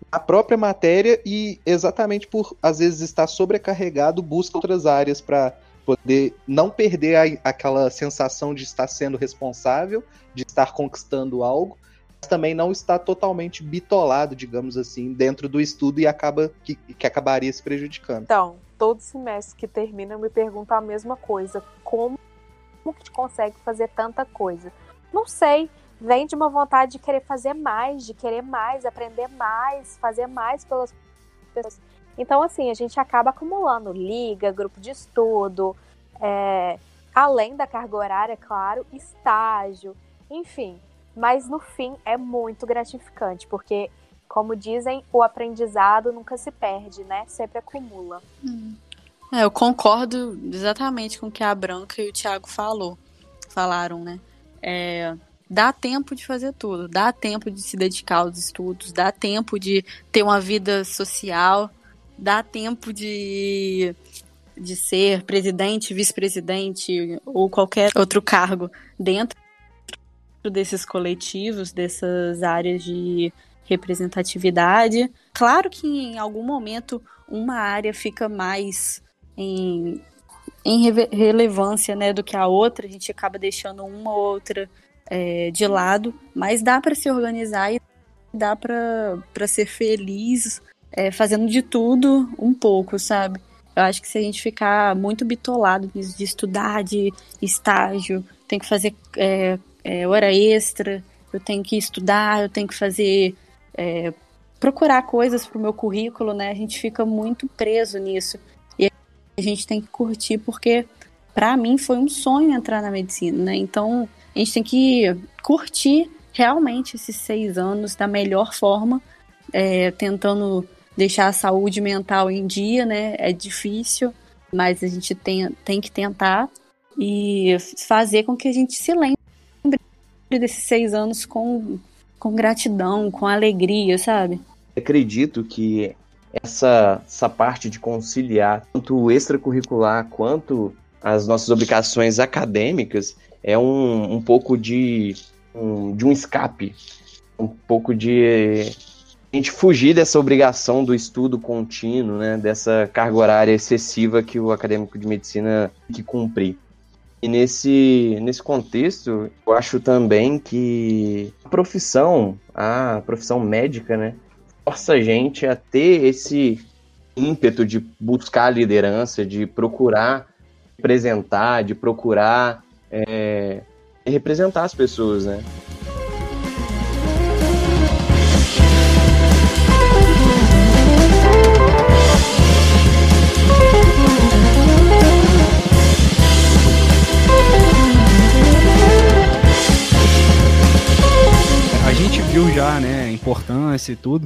a própria matéria e exatamente por, às vezes, estar sobrecarregado, busca outras áreas para poder não perder a, aquela sensação de estar sendo responsável, de estar conquistando algo, mas também não estar totalmente bitolado, digamos assim, dentro do estudo e acaba que, que acabaria se prejudicando. Então, todo semestre que termina eu me pergunto a mesma coisa. Como que a gente consegue fazer tanta coisa? Não sei. Vem de uma vontade de querer fazer mais, de querer mais, aprender mais, fazer mais pelas pessoas. Então, assim, a gente acaba acumulando liga, grupo de estudo, é, além da carga horária, claro, estágio, enfim. Mas, no fim, é muito gratificante, porque, como dizem, o aprendizado nunca se perde, né? Sempre acumula. Hum. É, eu concordo exatamente com o que a Branca e o Thiago falou, falaram, né? É... Dá tempo de fazer tudo, dá tempo de se dedicar aos estudos, dá tempo de ter uma vida social, dá tempo de, de ser presidente, vice-presidente ou qualquer outro cargo dentro desses coletivos, dessas áreas de representatividade. Claro que em algum momento uma área fica mais em, em relevância, né, do que a outra, a gente acaba deixando uma ou outra É, de lado, mas dá para se organizar e dá para ser feliz é, fazendo de tudo um pouco, sabe? Eu acho que se a gente ficar muito bitolado de, de estudar, de estágio, tem que fazer é, é, hora extra, eu tenho que estudar, eu tenho que fazer é, procurar coisas pro meu currículo, né? A gente fica muito preso nisso e a gente tem que curtir, porque para mim foi um sonho entrar na medicina, né? Então a gente tem que curtir realmente esses seis anos da melhor forma, é, tentando deixar a saúde mental em dia, né? É difícil, mas a gente tem, tem que tentar e fazer com que a gente se lembre desses seis anos com, com gratidão, com alegria, sabe? Acredito que essa, essa parte de conciliar tanto o extracurricular quanto as nossas obrigações acadêmicas é um, um pouco de um, de um escape, um pouco de a gente fugir dessa obrigação do estudo contínuo, né, dessa carga horária excessiva que o acadêmico de medicina tem que cumprir. E nesse, nesse contexto, eu acho também que a profissão, a profissão médica, né, força a gente a ter esse ímpeto de buscar a liderança, de procurar representar, de procurar É, representar as pessoas, né? A gente viu já, né, a importância e tudo.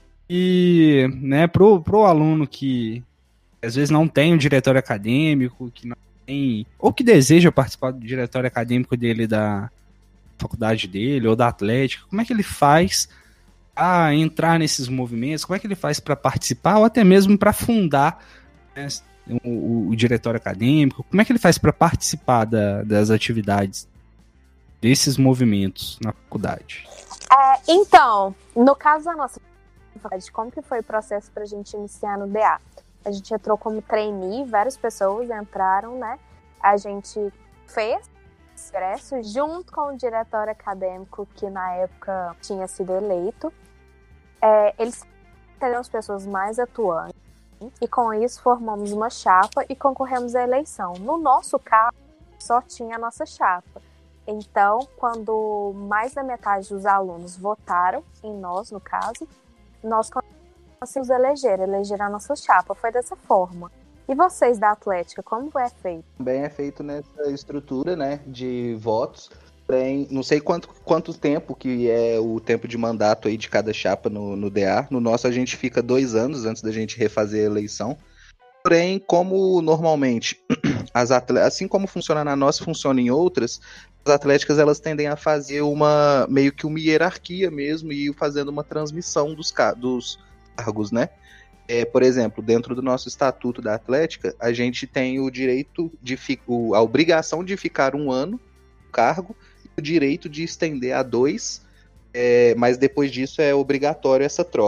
E, né, pro, pro aluno que às vezes não tem um diretório acadêmico, que não tem, ou que deseja participar do diretório acadêmico dele, da faculdade dele, ou da Atlética, como é que ele faz a entrar nesses movimentos? Como é que ele faz para participar, ou até mesmo para fundar, né, o, o, o diretório acadêmico? Como é que ele faz para participar da, das atividades desses movimentos na faculdade? É, então, no caso da nossa faculdade, como que foi o processo para a gente iniciar no D A? A gente entrou como trainee, várias pessoas entraram, né? A gente fez ingresso junto com o diretório acadêmico que na época tinha sido eleito. É, eles teriam as pessoas mais atuantes e com isso formamos uma chapa e concorremos à eleição. No nosso caso, só tinha a nossa chapa. Então, quando mais da metade dos alunos votaram em nós, no caso, nós conseguimos eleger, eleger a nossa chapa. Foi dessa forma. E vocês da Atlética, como é feito? Também é feito nessa estrutura, né, de votos. Porém, não sei quanto, quanto tempo que é o tempo de mandato aí de cada chapa no, no D A. No nosso, a gente fica dois anos antes da gente refazer a eleição. Porém, como normalmente, as atletas, assim como funciona na nossa, funciona em outras, as atléticas elas tendem a fazer uma meio que uma hierarquia mesmo e fazendo uma transmissão dos, dos cargos, né? É, por exemplo, dentro do nosso estatuto da Atlética, a gente tem o direito de a obrigação de ficar um ano no cargo e o direito de estender a dois, é, mas depois disso é obrigatório essa troca.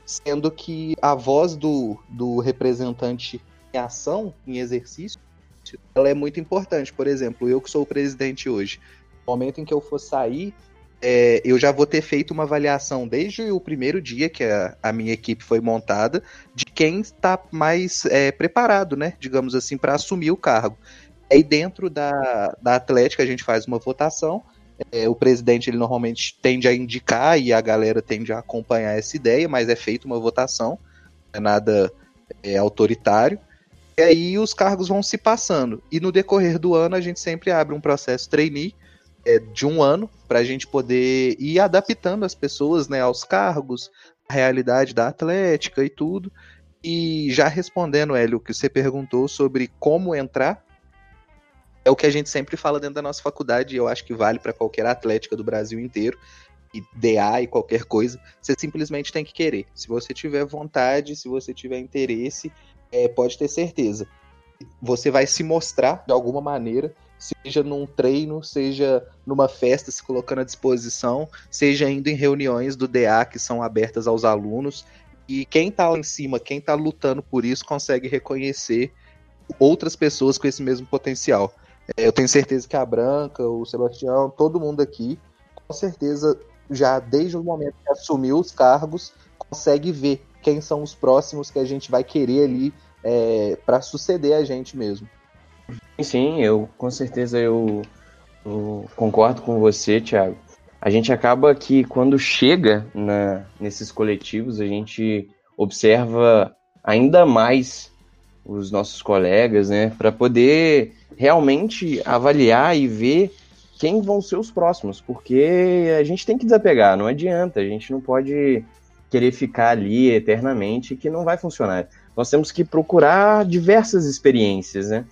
sendo que a voz do, do representante em ação, em exercício, ela é muito importante. Por exemplo, eu que sou o presidente hoje, no momento em que eu for sair, é, eu já vou ter feito uma avaliação desde o primeiro dia que a, a minha equipe foi montada, de quem está mais é, preparado, né, digamos assim, para assumir o cargo. Aí dentro da, da Atlética a gente faz uma votação, é, o presidente ele normalmente tende a indicar e a galera tende a acompanhar essa ideia, mas é feita uma votação, não é nada é, autoritário, e aí os cargos vão se passando. E no decorrer do ano a gente sempre abre um processo trainee é, de um ano, para a gente poder ir adaptando as pessoas, né, aos cargos, a realidade da Atlética e tudo. E já respondendo, Hélio, o que você perguntou sobre como entrar, é o que a gente sempre fala dentro da nossa faculdade, e eu acho que vale para qualquer atlética do Brasil inteiro, e D A e qualquer coisa, você simplesmente tem que querer. Se você tiver vontade, se você tiver interesse, é, pode ter certeza. Você vai se mostrar de alguma maneira, seja num treino, seja numa festa se colocando à disposição, seja indo em reuniões do D A que são abertas aos alunos, e quem está lá em cima, quem está lutando por isso, consegue reconhecer outras pessoas com esse mesmo potencial. Eu tenho certeza que a Branca, o Sebastião, todo mundo aqui, com certeza, já desde o momento que assumiu os cargos, consegue ver quem são os próximos que a gente vai querer ali é, para suceder a gente mesmo. Sim, eu com certeza eu, eu concordo com você, Thiago. A gente acaba que quando chega na, nesses coletivos, a gente observa ainda mais os nossos colegas, né, para poder realmente avaliar e ver quem vão ser os próximos, porque a gente tem que desapegar, não adianta, a gente não pode querer ficar ali eternamente, que não vai funcionar. Nós temos que procurar diversas experiências, né,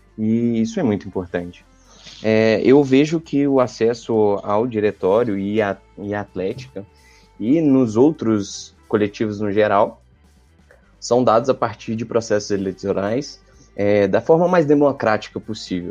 e isso é muito importante. É, eu vejo que o acesso ao diretório e à e à Atlética, e nos outros coletivos no geral, são dados a partir de processos eleitorais é, da forma mais democrática possível.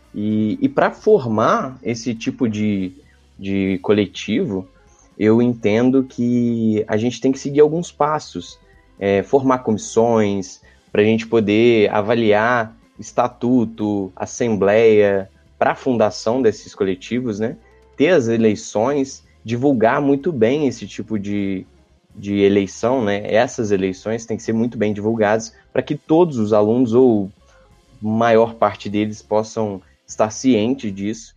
E, e para formar esse tipo de, de coletivo, eu entendo que a gente tem que seguir alguns passos, é, formar comissões, para a gente poder avaliar estatuto, assembleia, para a fundação desses coletivos, né? Ter as eleições, divulgar muito bem esse tipo de de eleição, né? Essas eleições têm que ser muito bem divulgadas para que todos os alunos, ou maior parte deles, possam estar cientes disso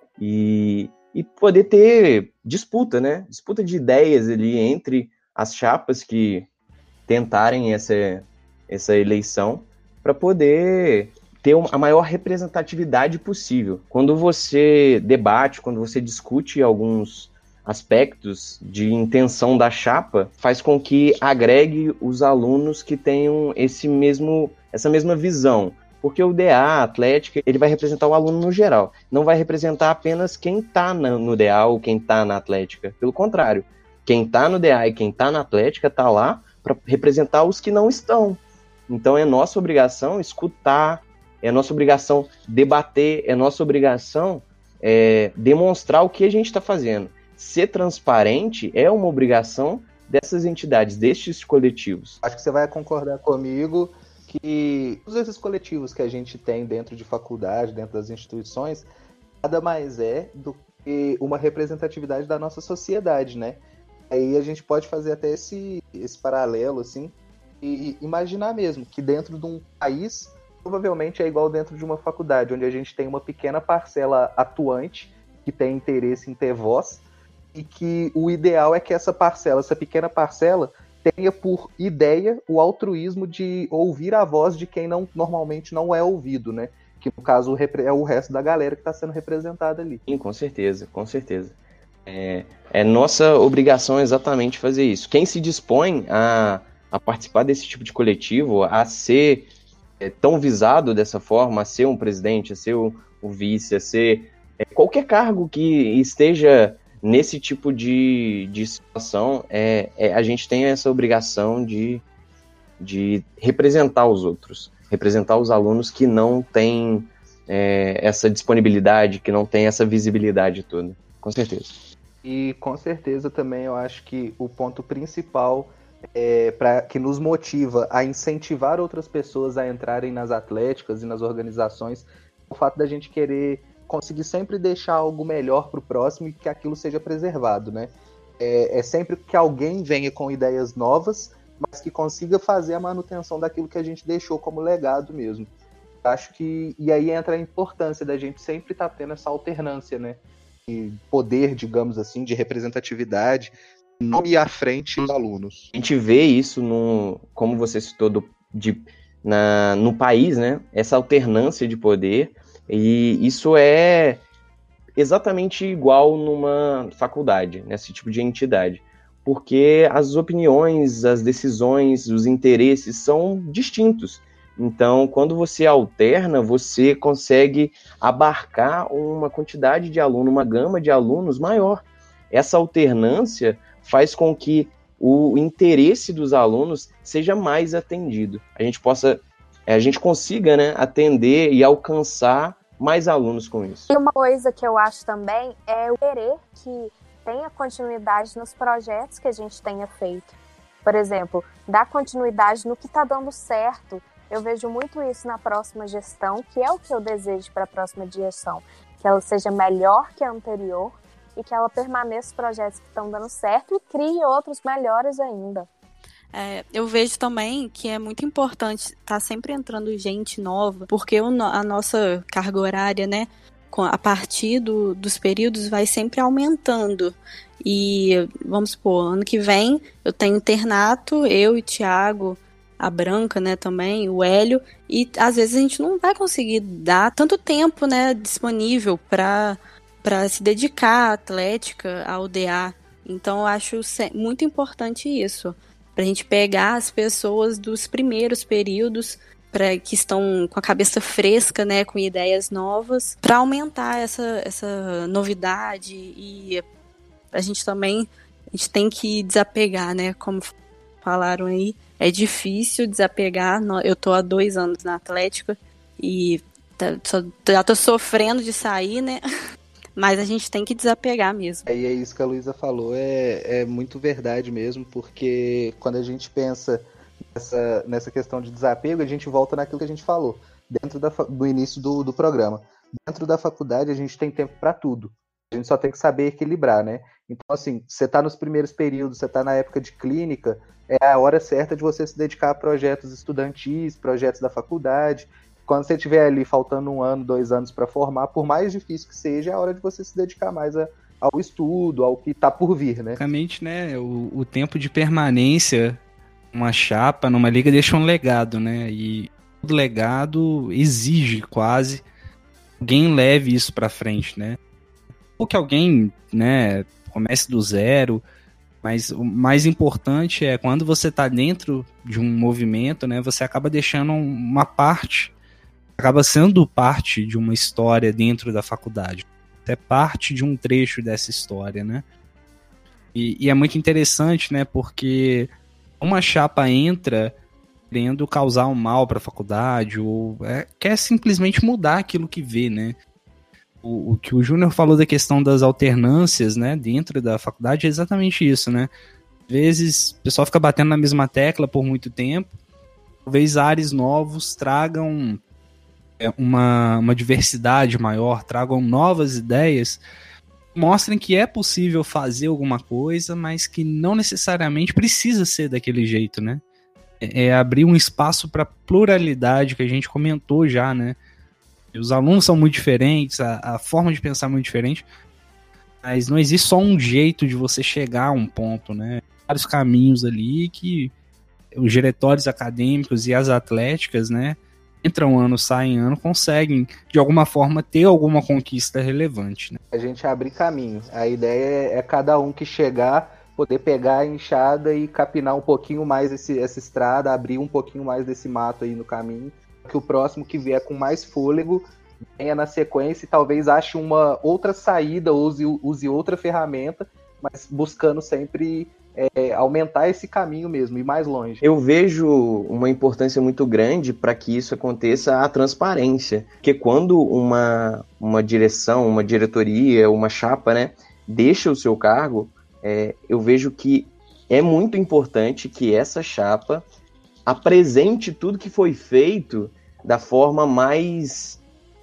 e, e poder ter disputa, né? Disputa de ideias ali entre as chapas que tentarem essa, essa eleição para poder ter a maior representatividade possível. Quando você debate, quando você discute alguns aspectos de intenção da chapa, faz com que agregue os alunos que tenham esse mesmo, essa mesma visão. Porque o D A, a Atlética, ele vai representar o aluno no geral. Não vai representar apenas quem está no D A ou quem está na Atlética. Pelo contrário, quem está no D A e quem está na Atlética está lá para representar os que não estão. Então é nossa obrigação escutar, é nossa obrigação debater, é nossa obrigação é, demonstrar o que a gente está fazendo. Ser transparente é uma obrigação dessas entidades, destes coletivos. Acho que você vai concordar comigo que todos esses coletivos que a gente tem dentro de faculdade, dentro das instituições, nada mais é do que uma representatividade da nossa sociedade, né? Aí a gente pode fazer até esse, esse paralelo, assim, e imaginar mesmo que dentro de um país, provavelmente é igual dentro de uma faculdade, onde a gente tem uma pequena parcela atuante, que tem interesse em ter voz, e que o ideal é que essa parcela, essa pequena parcela, tenha por ideia o altruísmo de ouvir a voz de quem não, normalmente não é ouvido, né? Que no caso é o resto da galera que está sendo representada ali. Sim, com certeza, com certeza. É, é nossa obrigação exatamente fazer isso. Quem se dispõe a, a participar desse tipo de coletivo, a ser é, tão visado dessa forma, a ser um presidente, a ser o, o vice, a ser é, qualquer cargo que esteja nesse tipo de, de situação, é, é, a gente tem essa obrigação de, de representar os outros, representar os alunos que não têm é, essa disponibilidade, que não têm essa visibilidade toda, com certeza. E com certeza também eu acho que o ponto principal é, pra, que nos motiva a incentivar outras pessoas a entrarem nas atléticas e nas organizações, o fato da gente querer conseguir sempre deixar algo melhor para o próximo e que aquilo seja preservado, né? É, é sempre que alguém venha com ideias novas, mas que consiga fazer a manutenção daquilo que a gente deixou como legado mesmo. Acho que, e aí entra a importância da gente sempre estar tendo essa alternância, né? De poder, digamos assim, de representatividade, nome à frente dos alunos. A gente vê isso, no, como você citou, do, de, na, no país, né? Essa alternância de poder, e isso é exatamente igual numa faculdade, nesse tipo de entidade, porque as opiniões, as decisões, os interesses são distintos. Então, quando você alterna, você consegue abarcar uma quantidade de alunos, uma gama de alunos maior. Essa alternância faz com que o interesse dos alunos seja mais atendido. A gente possa, a gente consiga, né, atender e alcançar mais alunos com isso. E uma coisa que eu acho também é o querer que tenha continuidade nos projetos que a gente tenha feito. Por exemplo, dar continuidade no que está dando certo. Eu vejo muito isso na próxima gestão, que é o que eu desejo para a próxima gestão. Que ela seja melhor que a anterior e que ela permaneça os projetos que estão dando certo e crie outros melhores ainda. É, eu vejo também que é muito importante estar tá sempre entrando gente nova, porque o, a nossa carga horária, né, a partir do, dos períodos vai sempre aumentando. E, vamos supor, ano que vem eu tenho internato, eu e o Thiago, a Branca, né, também, o Hélio, e às vezes a gente não vai conseguir dar tanto tempo, né, disponível para para se dedicar à atlética, ao D A. Então eu acho muito importante isso, para a gente pegar as pessoas dos primeiros períodos, pra, que estão com a cabeça fresca, né, com ideias novas, para aumentar essa, essa novidade. E a gente também a gente tem que desapegar, né, como falaram aí, é difícil desapegar. Eu tô há dois anos na Atlética e já tô sofrendo de sair, né? Mas a gente tem que desapegar mesmo. E é isso que a Luísa falou, é, é muito verdade mesmo, porque quando a gente pensa nessa, nessa questão de desapego, a gente volta naquilo que a gente falou, dentro da, do início do, do programa. Dentro da faculdade a gente tem tempo para tudo, a gente só tem que saber equilibrar, né? Então, assim, você está nos primeiros períodos, você está na época de clínica, é a hora certa de você se dedicar a projetos estudantis, projetos da faculdade. Quando você estiver ali faltando um ano, dois anos para formar, por mais difícil que seja, é a hora de você se dedicar mais a, ao estudo, ao que está por vir, né? Basicamente, né, o, o tempo de permanência, uma chapa, numa liga, deixa um legado, né? E o legado exige quase que alguém leve isso para frente, né? Ou que alguém, né, comece do zero, mas o mais importante é quando você está dentro de um movimento, né, você acaba deixando uma parte, acaba sendo parte de uma história dentro da faculdade. É parte de um trecho dessa história, né? E, e é muito interessante, né, porque uma chapa entra querendo causar um mal para a faculdade ou é, quer simplesmente mudar aquilo que vê, né? O, o que o Júnior falou da questão das alternâncias, né, dentro da faculdade é exatamente isso, né? Às vezes o pessoal fica batendo na mesma tecla por muito tempo, talvez ares novos tragam uma, uma diversidade maior, tragam novas ideias, mostrem que é possível fazer alguma coisa, mas que não necessariamente precisa ser daquele jeito, né? É, é abrir um espaço para pluralidade que a gente comentou já, né? Os alunos são muito diferentes, a, a forma de pensar é muito diferente, mas não existe só um jeito de você chegar a um ponto, né? Vários caminhos ali que os diretórios acadêmicos e as atléticas, né, entram ano, saem ano, conseguem de alguma forma ter alguma conquista relevante, né? A gente abrir caminho. A ideia é, é cada um que chegar, poder pegar a enxada e capinar um pouquinho mais esse, essa estrada, abrir um pouquinho mais desse mato aí no caminho, que o próximo que vier com mais fôlego venha na sequência e talvez ache uma outra saída, use, use outra ferramenta, mas buscando sempre é, aumentar esse caminho mesmo, ir mais longe. Eu vejo uma importância muito grande para que isso aconteça, a transparência, porque quando uma, uma direção, uma diretoria, uma chapa, né, deixa o seu cargo, é, eu vejo que é muito importante que essa chapa apresente tudo que foi feito da forma mais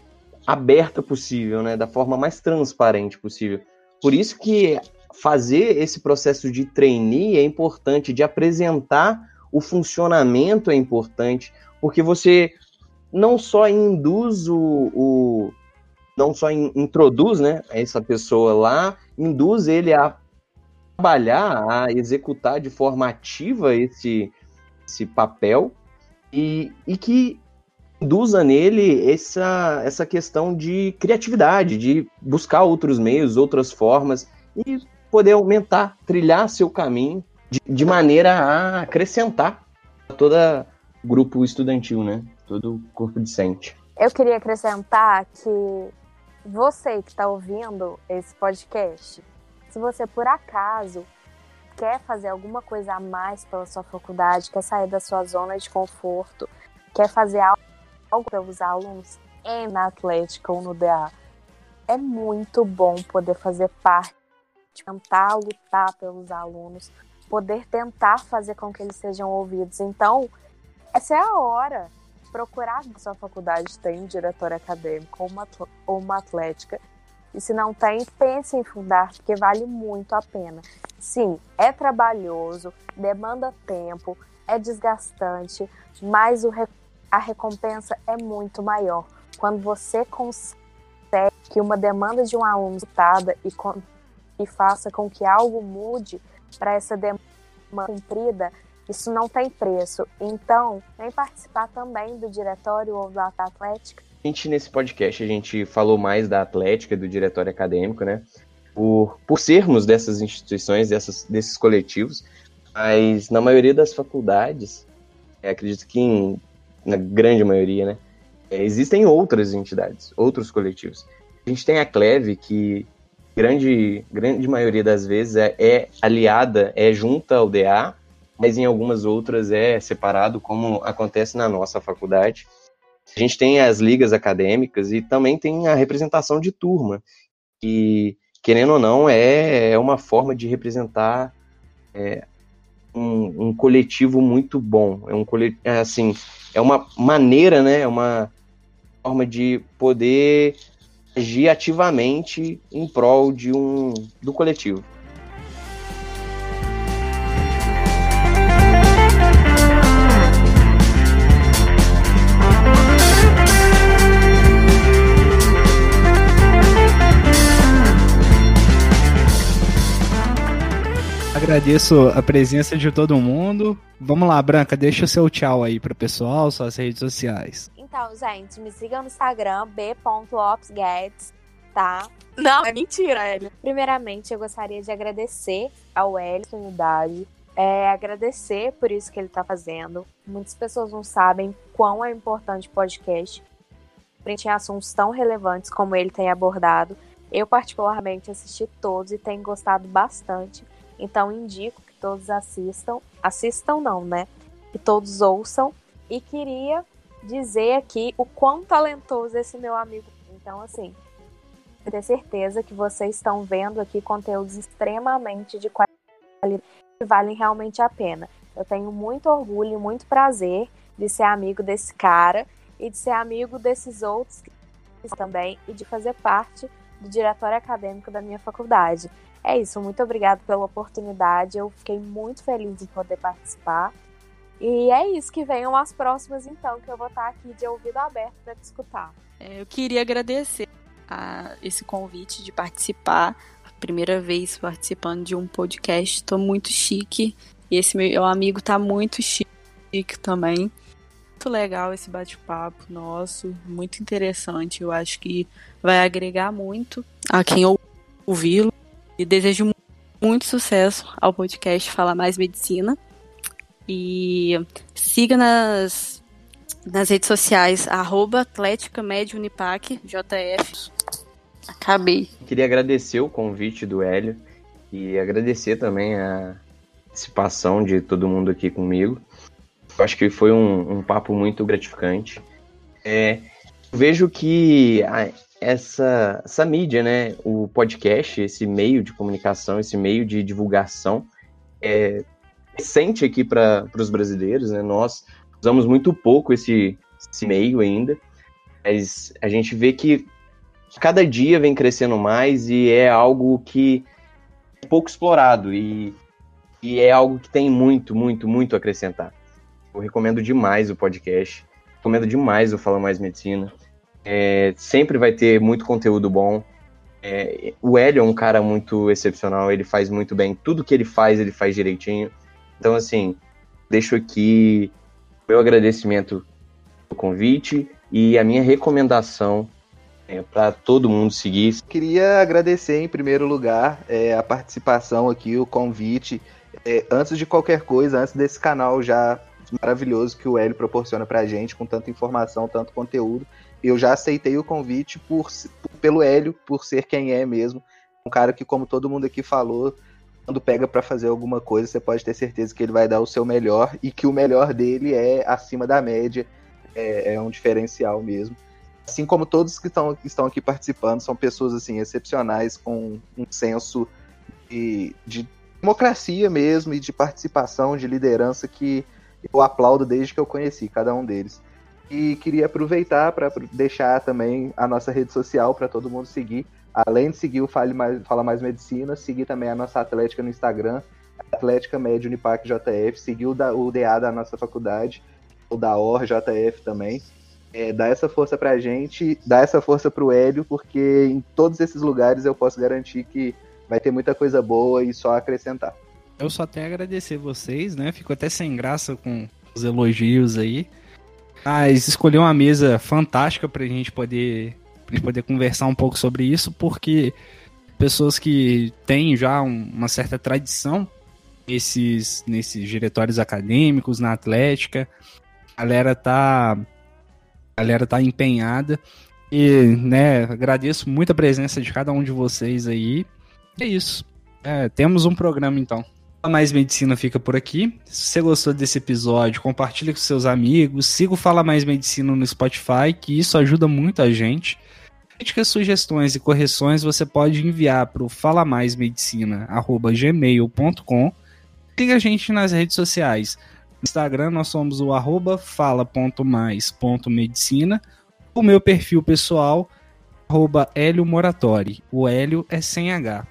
aberta possível, né? Da forma mais transparente possível. Por isso que fazer esse processo de trainee é importante, de apresentar o funcionamento é importante, porque você não só induz o, o não só in, introduz, né, essa pessoa lá, induz ele a trabalhar, a executar de forma ativa esse, esse papel e, e que induza nele essa, essa questão de criatividade, de buscar outros meios, outras formas e poder aumentar, trilhar seu caminho de, de maneira a acrescentar todo grupo estudantil, né? Todo corpo docente. Eu queria acrescentar que você que está ouvindo esse podcast, se você por acaso quer fazer alguma coisa a mais pela sua faculdade, quer sair da sua zona de conforto, quer fazer algo pelos alunos, é na Atlética ou no D A. É muito bom poder fazer parte, tentar lutar pelos alunos, poder tentar fazer com que eles sejam ouvidos. Então, essa é a hora. Procurar que sua faculdade tem um diretor acadêmico ou uma, ou uma atlética. E se não tem, pense em fundar, porque vale muito a pena. Sim, é trabalhoso, demanda tempo, é desgastante, mas o, a recompensa é muito maior. Quando você consegue que uma demanda de um aluno citada e, com, e faça com que algo mude para essa demanda cumprida, isso não tem preço. Então, vem participar também do diretório ou da Atlética. A gente, nesse podcast, a gente falou mais da Atlética, do diretório acadêmico, né? Por, por sermos dessas instituições, dessas, desses coletivos, mas na maioria das faculdades, acredito que em, na grande maioria, né? É, existem outras entidades, outros coletivos. A gente tem a CLEV, que grande, grande maioria das vezes é, é aliada, é junta ao D A, mas em algumas outras é separado, como acontece na nossa faculdade. A gente tem as ligas acadêmicas e também tem a representação de turma, que, querendo ou não, é, é uma forma de representar é, um, um coletivo muito bom. É, um, é, assim, é uma maneira, né, é uma forma de poder agir ativamente em prol de um, do coletivo. Agradeço a presença de todo mundo. Vamos lá, Branca, deixa o seu tchau aí pro pessoal, suas redes sociais. Então, gente, me sigam no Instagram, b ponto opsguedes, tá? Não, é mentira, Hélio. Primeiramente, eu gostaria de agradecer ao Hélio a oportunidade, é, agradecer por isso que ele tá fazendo. Muitas pessoas não sabem quão é importante o podcast, frente a assuntos tão relevantes como ele tem abordado. Eu, particularmente, assisti todos e tenho gostado bastante. Então, indico que todos assistam. Assistam não, né? Que todos ouçam. E queria dizer aqui o quão talentoso esse meu amigo. Então, assim, eu tenho certeza que vocês estão vendo aqui conteúdos extremamente de qualidade que valem realmente a pena. Eu tenho muito orgulho e muito prazer de ser amigo desse cara e de ser amigo desses outros também e de fazer parte do diretório acadêmico da minha faculdade. É isso, muito obrigada pela oportunidade, eu fiquei muito feliz em poder participar. E é isso, que venham as próximas então, que eu vou estar aqui de ouvido aberto para te escutar. É, eu queria agradecer a esse convite de participar, a primeira vez participando de um podcast, estou muito chique, e esse meu amigo tá muito chique também. Muito legal esse bate-papo nosso, muito interessante, eu acho que vai agregar muito a quem ouvi-lo. E desejo muito sucesso ao podcast Fala Mais Medicina. E siga nas, nas redes sociais, arroba Atlética Med Unipac, J F. Acabei. Queria agradecer o convite do Hélio e agradecer também a participação de todo mundo aqui comigo. Eu acho que foi um, um papo muito gratificante. É, vejo que a, essa, essa mídia, né, o podcast, esse meio de comunicação, esse meio de divulgação, é, recente aqui para os brasileiros, né? Nós usamos muito pouco esse, esse meio ainda, mas a gente vê que cada dia vem crescendo mais e é algo que é pouco explorado e, e é algo que tem muito, muito, muito a acrescentar. Eu recomendo demais o podcast, recomendo demais o Fala Mais Medicina. É, sempre vai ter muito conteúdo bom. É, o Hélio é um cara muito excepcional, ele faz muito bem. Tudo que ele faz, ele faz direitinho. Então, assim, deixo aqui o meu agradecimento pelo convite e a minha recomendação é, para todo mundo seguir. Queria agradecer, em primeiro lugar, é, a participação aqui, o convite. É, antes de qualquer coisa, antes desse canal já maravilhoso que o Hélio proporciona pra gente, com tanta informação, tanto conteúdo, eu já aceitei o convite por, pelo Hélio, por ser quem é mesmo. Um cara que, como todo mundo aqui falou, quando pega pra fazer alguma coisa, você pode ter certeza que ele vai dar o seu melhor e que o melhor dele é acima da média, é, é um diferencial mesmo. Assim como todos que estão, que estão aqui participando, são pessoas assim, excepcionais, com um senso de, de democracia mesmo e de participação, de liderança que eu aplaudo desde que eu conheci cada um deles. E queria aproveitar para deixar também a nossa rede social para todo mundo seguir. Além de seguir o Fale Mais, Fala Mais Medicina, seguir também a nossa Atlética no Instagram, Atlética Med Unipac J F, seguir o, da, o D A da nossa faculdade, o da O R J F também. É, dá essa força pra gente, dá essa força pro Hélio, porque em todos esses lugares eu posso garantir que vai ter muita coisa boa e só acrescentar. Eu só tenho a agradecer vocês, né? Fico até sem graça com os elogios aí. Mas escolher uma mesa fantástica pra gente poder, pra gente poder conversar um pouco sobre isso, porque pessoas que têm já um, uma certa tradição nesses, nesses diretórios acadêmicos, na Atlética, a galera tá, a galera tá empenhada. E, né, agradeço muito a presença de cada um de vocês aí. É isso. É, temos um programa, então. Fala Mais Medicina fica por aqui. Se você gostou desse episódio, compartilhe com seus amigos. Siga o Fala Mais Medicina no Spotify, que isso ajuda muito a gente. Críticas, sugestões e correções você pode enviar para o fala mais medicina arroba gmail ponto com. Siga a gente nas redes sociais. No Instagram nós somos o arroba fala ponto mais ponto medicina. O meu perfil pessoal, arroba Hélio Moratori. O Hélio é sem H.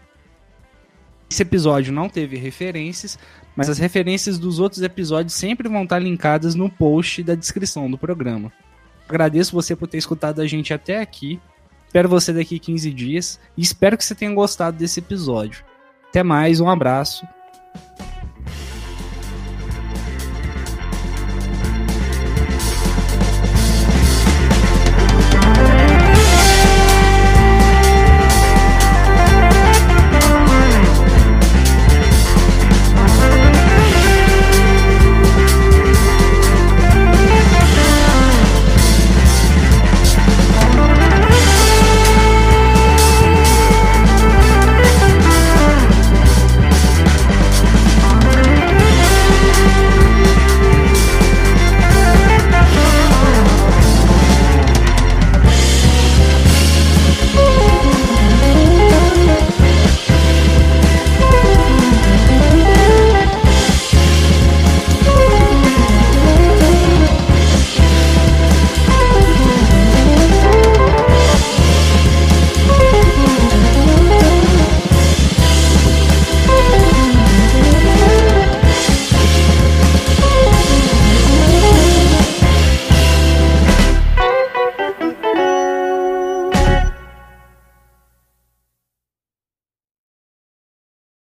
Esse episódio não teve referências, mas as referências dos outros episódios sempre vão estar linkadas no post da descrição do programa. Agradeço você por ter escutado a gente até aqui. Espero você daqui a quinze dias e espero que você tenha gostado desse episódio. Até mais, um abraço